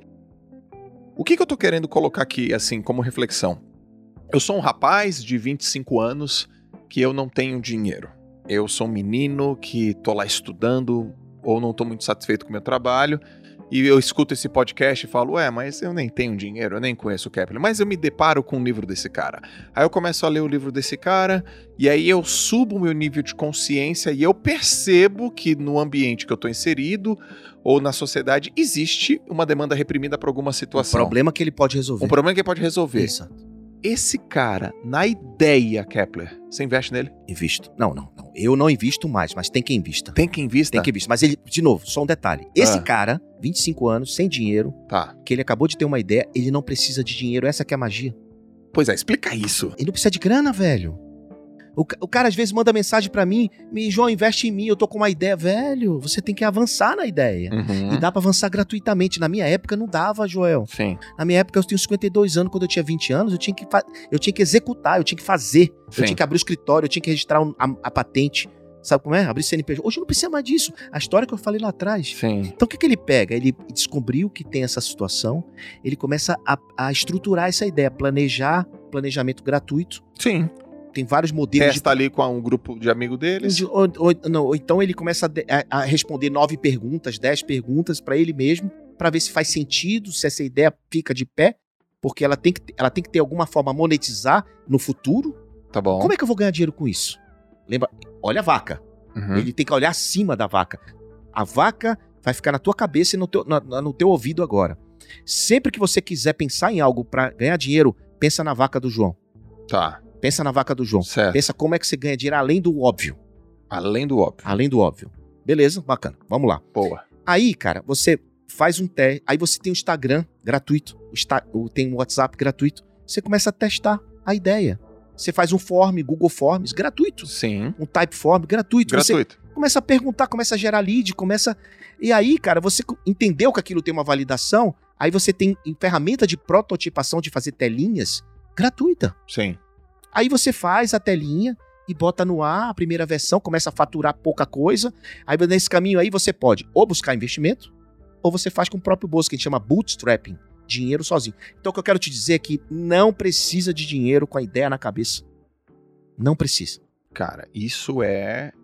B: O que eu tô querendo colocar aqui, assim, como reflexão? Eu sou um rapaz de 25 anos que eu não tenho dinheiro. Eu sou um menino que tô lá estudando ou não tô muito satisfeito com o meu trabalho e eu escuto esse podcast e falo, mas eu nem tenho dinheiro, eu nem conheço o Kepler, mas eu me deparo com o livro desse cara. Aí eu começo a ler o livro desse cara e aí eu subo o meu nível de consciência e eu percebo que no ambiente que eu tô inserido ou na sociedade existe uma demanda reprimida por alguma situação.
A: Um problema que ele pode resolver.
B: Um problema que ele pode resolver.
A: Exato.
B: Esse cara, na ideia, Kepler, você investe nele?
A: Invisto. Não. Eu não invisto mais, mas tem quem invista.
B: Tem quem invista?
A: Tem quem invista. Mas ele, de novo, só um detalhe. Esse cara, 25 anos, sem dinheiro, que ele acabou de ter uma ideia, ele não precisa de dinheiro. Essa que é a magia.
B: Pois é, explica isso.
A: Ele não precisa de grana, velho. O cara às vezes manda mensagem pra mim, João, investe em mim, eu tô com uma ideia. Velho, você tem que avançar na ideia. E dá pra avançar gratuitamente. Na minha época não dava, Joel.
B: Sim.
A: Na minha época eu tenho 52 anos, quando eu tinha 20 anos, eu tinha que executar, eu tinha que fazer. Sim. Eu tinha que abrir o escritório, eu tinha que registrar a patente. Sabe como é? Abrir CNPJ. Hoje não precisa mais disso. A história que eu falei lá atrás.
B: Sim.
A: Então o que ele pega? Ele descobriu que tem essa situação, ele começa a estruturar essa ideia, planejamento gratuito.
B: Sim.
A: Tem vários modelos.
B: Testa ali com um grupo de amigo deles.
A: Ou então ele começa a responder 9 perguntas, 10 perguntas para ele mesmo, para ver se faz sentido, se essa ideia fica de pé, porque ela tem que ter alguma forma monetizar no futuro.
B: Tá bom.
A: Como é que eu vou ganhar dinheiro com isso? Lembra? Olha a vaca. Ele tem que olhar acima da vaca. A vaca vai ficar na tua cabeça e no teu ouvido agora. Sempre que você quiser pensar em algo para ganhar dinheiro, pensa na vaca do João.
B: Tá.
A: Pensa na vaca do João.
B: Certo.
A: Pensa como é que você ganha dinheiro além do óbvio.
B: Além do óbvio.
A: Além do óbvio. Beleza? Bacana. Vamos lá.
B: Boa.
A: Aí, cara, você faz um teste. Aí você tem o Instagram gratuito. Tem o WhatsApp gratuito. Você começa a testar a ideia. Você faz um form, Google Forms, gratuito.
B: Sim.
A: Um Typeform, gratuito.
B: Gratuito.
A: Você começa a perguntar, começa a gerar lead, E aí, cara, você entendeu que aquilo tem uma validação, aí você tem ferramenta de prototipação, de fazer telinhas, gratuita.
B: Sim.
A: Aí você faz a telinha e bota no ar a primeira versão, começa a faturar pouca coisa. Aí nesse caminho aí você pode ou buscar investimento, ou você faz com o próprio bolso, que a gente chama bootstrapping, dinheiro sozinho. Então o que eu quero te dizer é que não precisa de dinheiro com a ideia na cabeça. Não precisa.
B: Cara, isso é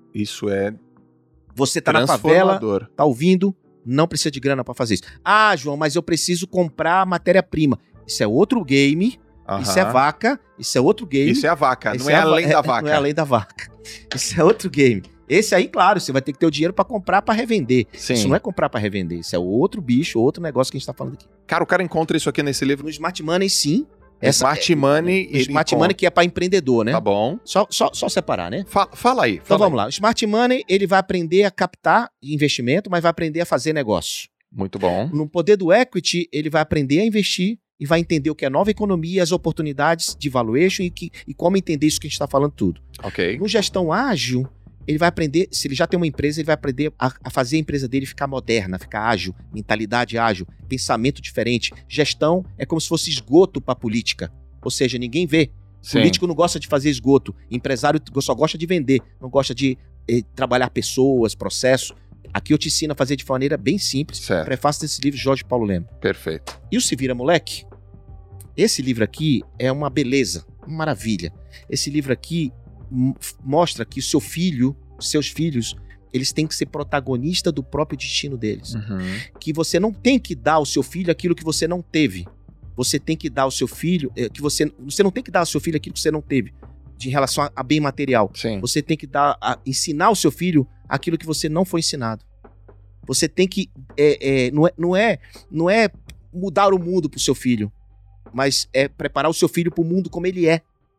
A: Você tá na favela, tá ouvindo, não precisa de grana pra fazer isso. Ah, João, mas eu preciso comprar matéria-prima. Isso é outro game. Isso é vaca, isso é outro game.
B: Isso é a vaca, não é além da vaca.
A: Não é além da vaca. Isso é outro game. Esse aí, claro, você vai ter que ter o dinheiro pra comprar pra revender.
B: Sim.
A: Isso não é comprar pra revender, isso é outro bicho, outro negócio que a gente tá falando aqui.
B: Cara, o cara encontra isso aqui nesse livro?
A: No Smart Money, sim.
B: Smart Money...
A: Smart Money que é pra empreendedor, né?
B: Tá bom.
A: Só separar, né?
B: Fala aí.
A: Então vamos lá. O Smart Money, ele vai aprender a captar investimento, mas vai aprender a fazer negócio.
B: Muito bom.
A: No poder do equity, ele vai aprender a investir e vai entender o que é nova economia, as oportunidades de valuation e como entender isso que a gente está falando tudo.
B: Ok.
A: No gestão ágil, ele vai aprender, se ele já tem uma empresa, ele vai aprender a fazer a empresa dele ficar moderna, ficar ágil, mentalidade ágil, pensamento diferente. Gestão é como se fosse esgoto para política, ou seja, ninguém vê.
B: Sim.
A: Político não gosta de fazer esgoto, empresário só gosta de vender, não gosta de trabalhar pessoas, processo. Aqui eu te ensino a fazer de maneira bem simples.
B: Certo.
A: Prefácio desse livro, Jorge Paulo Lema.
B: Perfeito.
A: E o Se Vira Moleque? Esse livro aqui é uma beleza, uma maravilha. Esse livro aqui mostra que o seu filho, os seus filhos, eles têm que ser protagonista do próprio destino deles. Que você não tem que dar ao seu filho aquilo que você não teve. Você tem que dar ao seu filho, você não tem que dar ao seu filho aquilo que você não teve, de relação a bem material.
B: Sim.
A: Você tem que ensinar ao seu filho aquilo que você não foi ensinado. Você tem que, não é mudar o mundo pro seu filho, mas é preparar o seu filho pro mundo como ele é.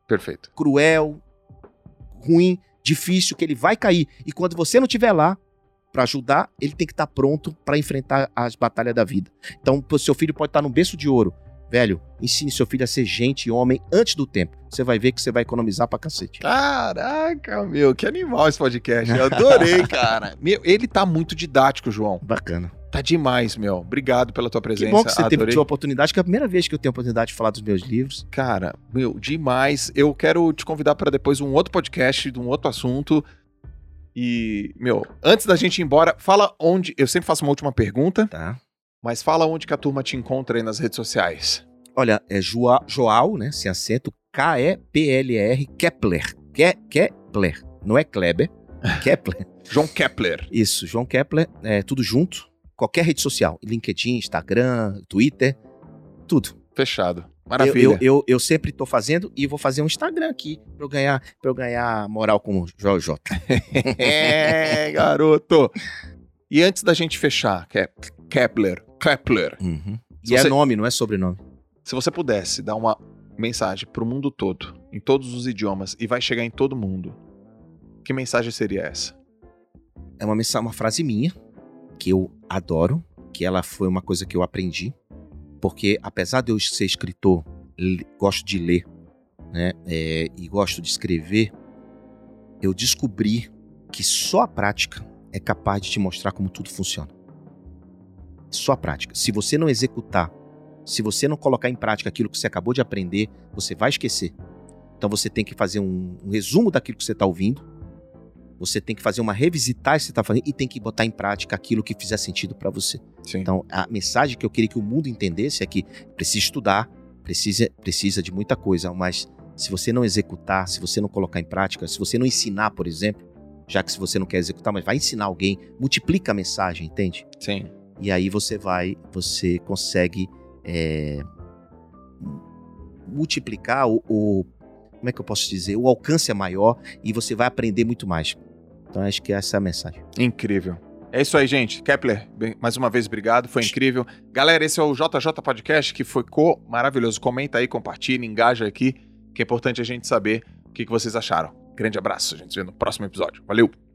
B: Perfeito.
A: Cruel, ruim, difícil, que ele vai cair. E quando você não estiver lá para ajudar, ele tem que estar pronto para enfrentar as batalhas da vida. Então, seu filho pode estar num berço de ouro. Velho, ensine seu filho a ser gente e homem antes do tempo. Você vai ver que você vai economizar pra cacete.
B: Caraca, meu, que animal esse podcast. Eu adorei, cara. Meu, ele tá muito didático, João.
A: Bacana.
B: Tá demais, meu. Obrigado pela tua presença.
A: Que bom que você teve a oportunidade, que é a primeira vez que eu tenho a oportunidade de falar dos meus livros.
B: Cara, meu, demais. Eu quero te convidar para depois um outro podcast, de um outro assunto. E, meu, antes da gente ir embora, fala onde... Eu sempre faço uma última pergunta.
A: Tá.
B: Mas fala onde que a turma te encontra aí nas redes sociais.
A: Olha, é Joal, né, sem acento, K-E-P-L-E-R, Kepler. Kepler, não é Kleber, Kepler.
B: João Kepler.
A: Isso, João Kepler, tudo junto. Qualquer rede social, LinkedIn, Instagram, Twitter, tudo.
B: Fechado. Maravilha.
A: Eu sempre tô fazendo e vou fazer um Instagram aqui pra eu ganhar moral com o Joel J.
B: Garoto. E antes da gente fechar, Kepler.
A: Uhum. E é nome, não é sobrenome.
B: Se você pudesse dar uma mensagem pro mundo todo, em todos os idiomas, e vai chegar em todo mundo, que mensagem seria essa?
A: É uma frase minha, que eu adoro, que ela foi uma coisa que eu aprendi, porque apesar de eu ser escritor, gosto de ler, né, e gosto de escrever, eu descobri que só a prática é capaz de te mostrar como tudo funciona. Só a prática. Se você não executar, se você não colocar em prática aquilo que você acabou de aprender, você vai esquecer. Então você tem que fazer um resumo daquilo que você está ouvindo, você tem que fazer uma revisitar o que você está fazendo e tem que botar em prática aquilo que fizer sentido para você.
B: Sim.
A: Então a mensagem que eu queria que o mundo entendesse é que precisa estudar, precisa de muita coisa, mas se você não executar, se você não colocar em prática, se você não ensinar, por exemplo, já que se você não quer executar, mas vai ensinar alguém, multiplica a mensagem, entende?
B: Sim.
A: E aí você consegue multiplicar como é que eu posso dizer? O alcance é maior e você vai aprender muito mais. Então acho que essa é a mensagem.
B: Incrível. É isso aí, gente. Kepler, mais uma vez, obrigado. Foi incrível. Galera, esse é o JJ Podcast, que foi maravilhoso. Comenta aí, compartilha, engaja aqui, que é importante a gente saber o que vocês acharam. Grande abraço, a gente se vê no próximo episódio. Valeu!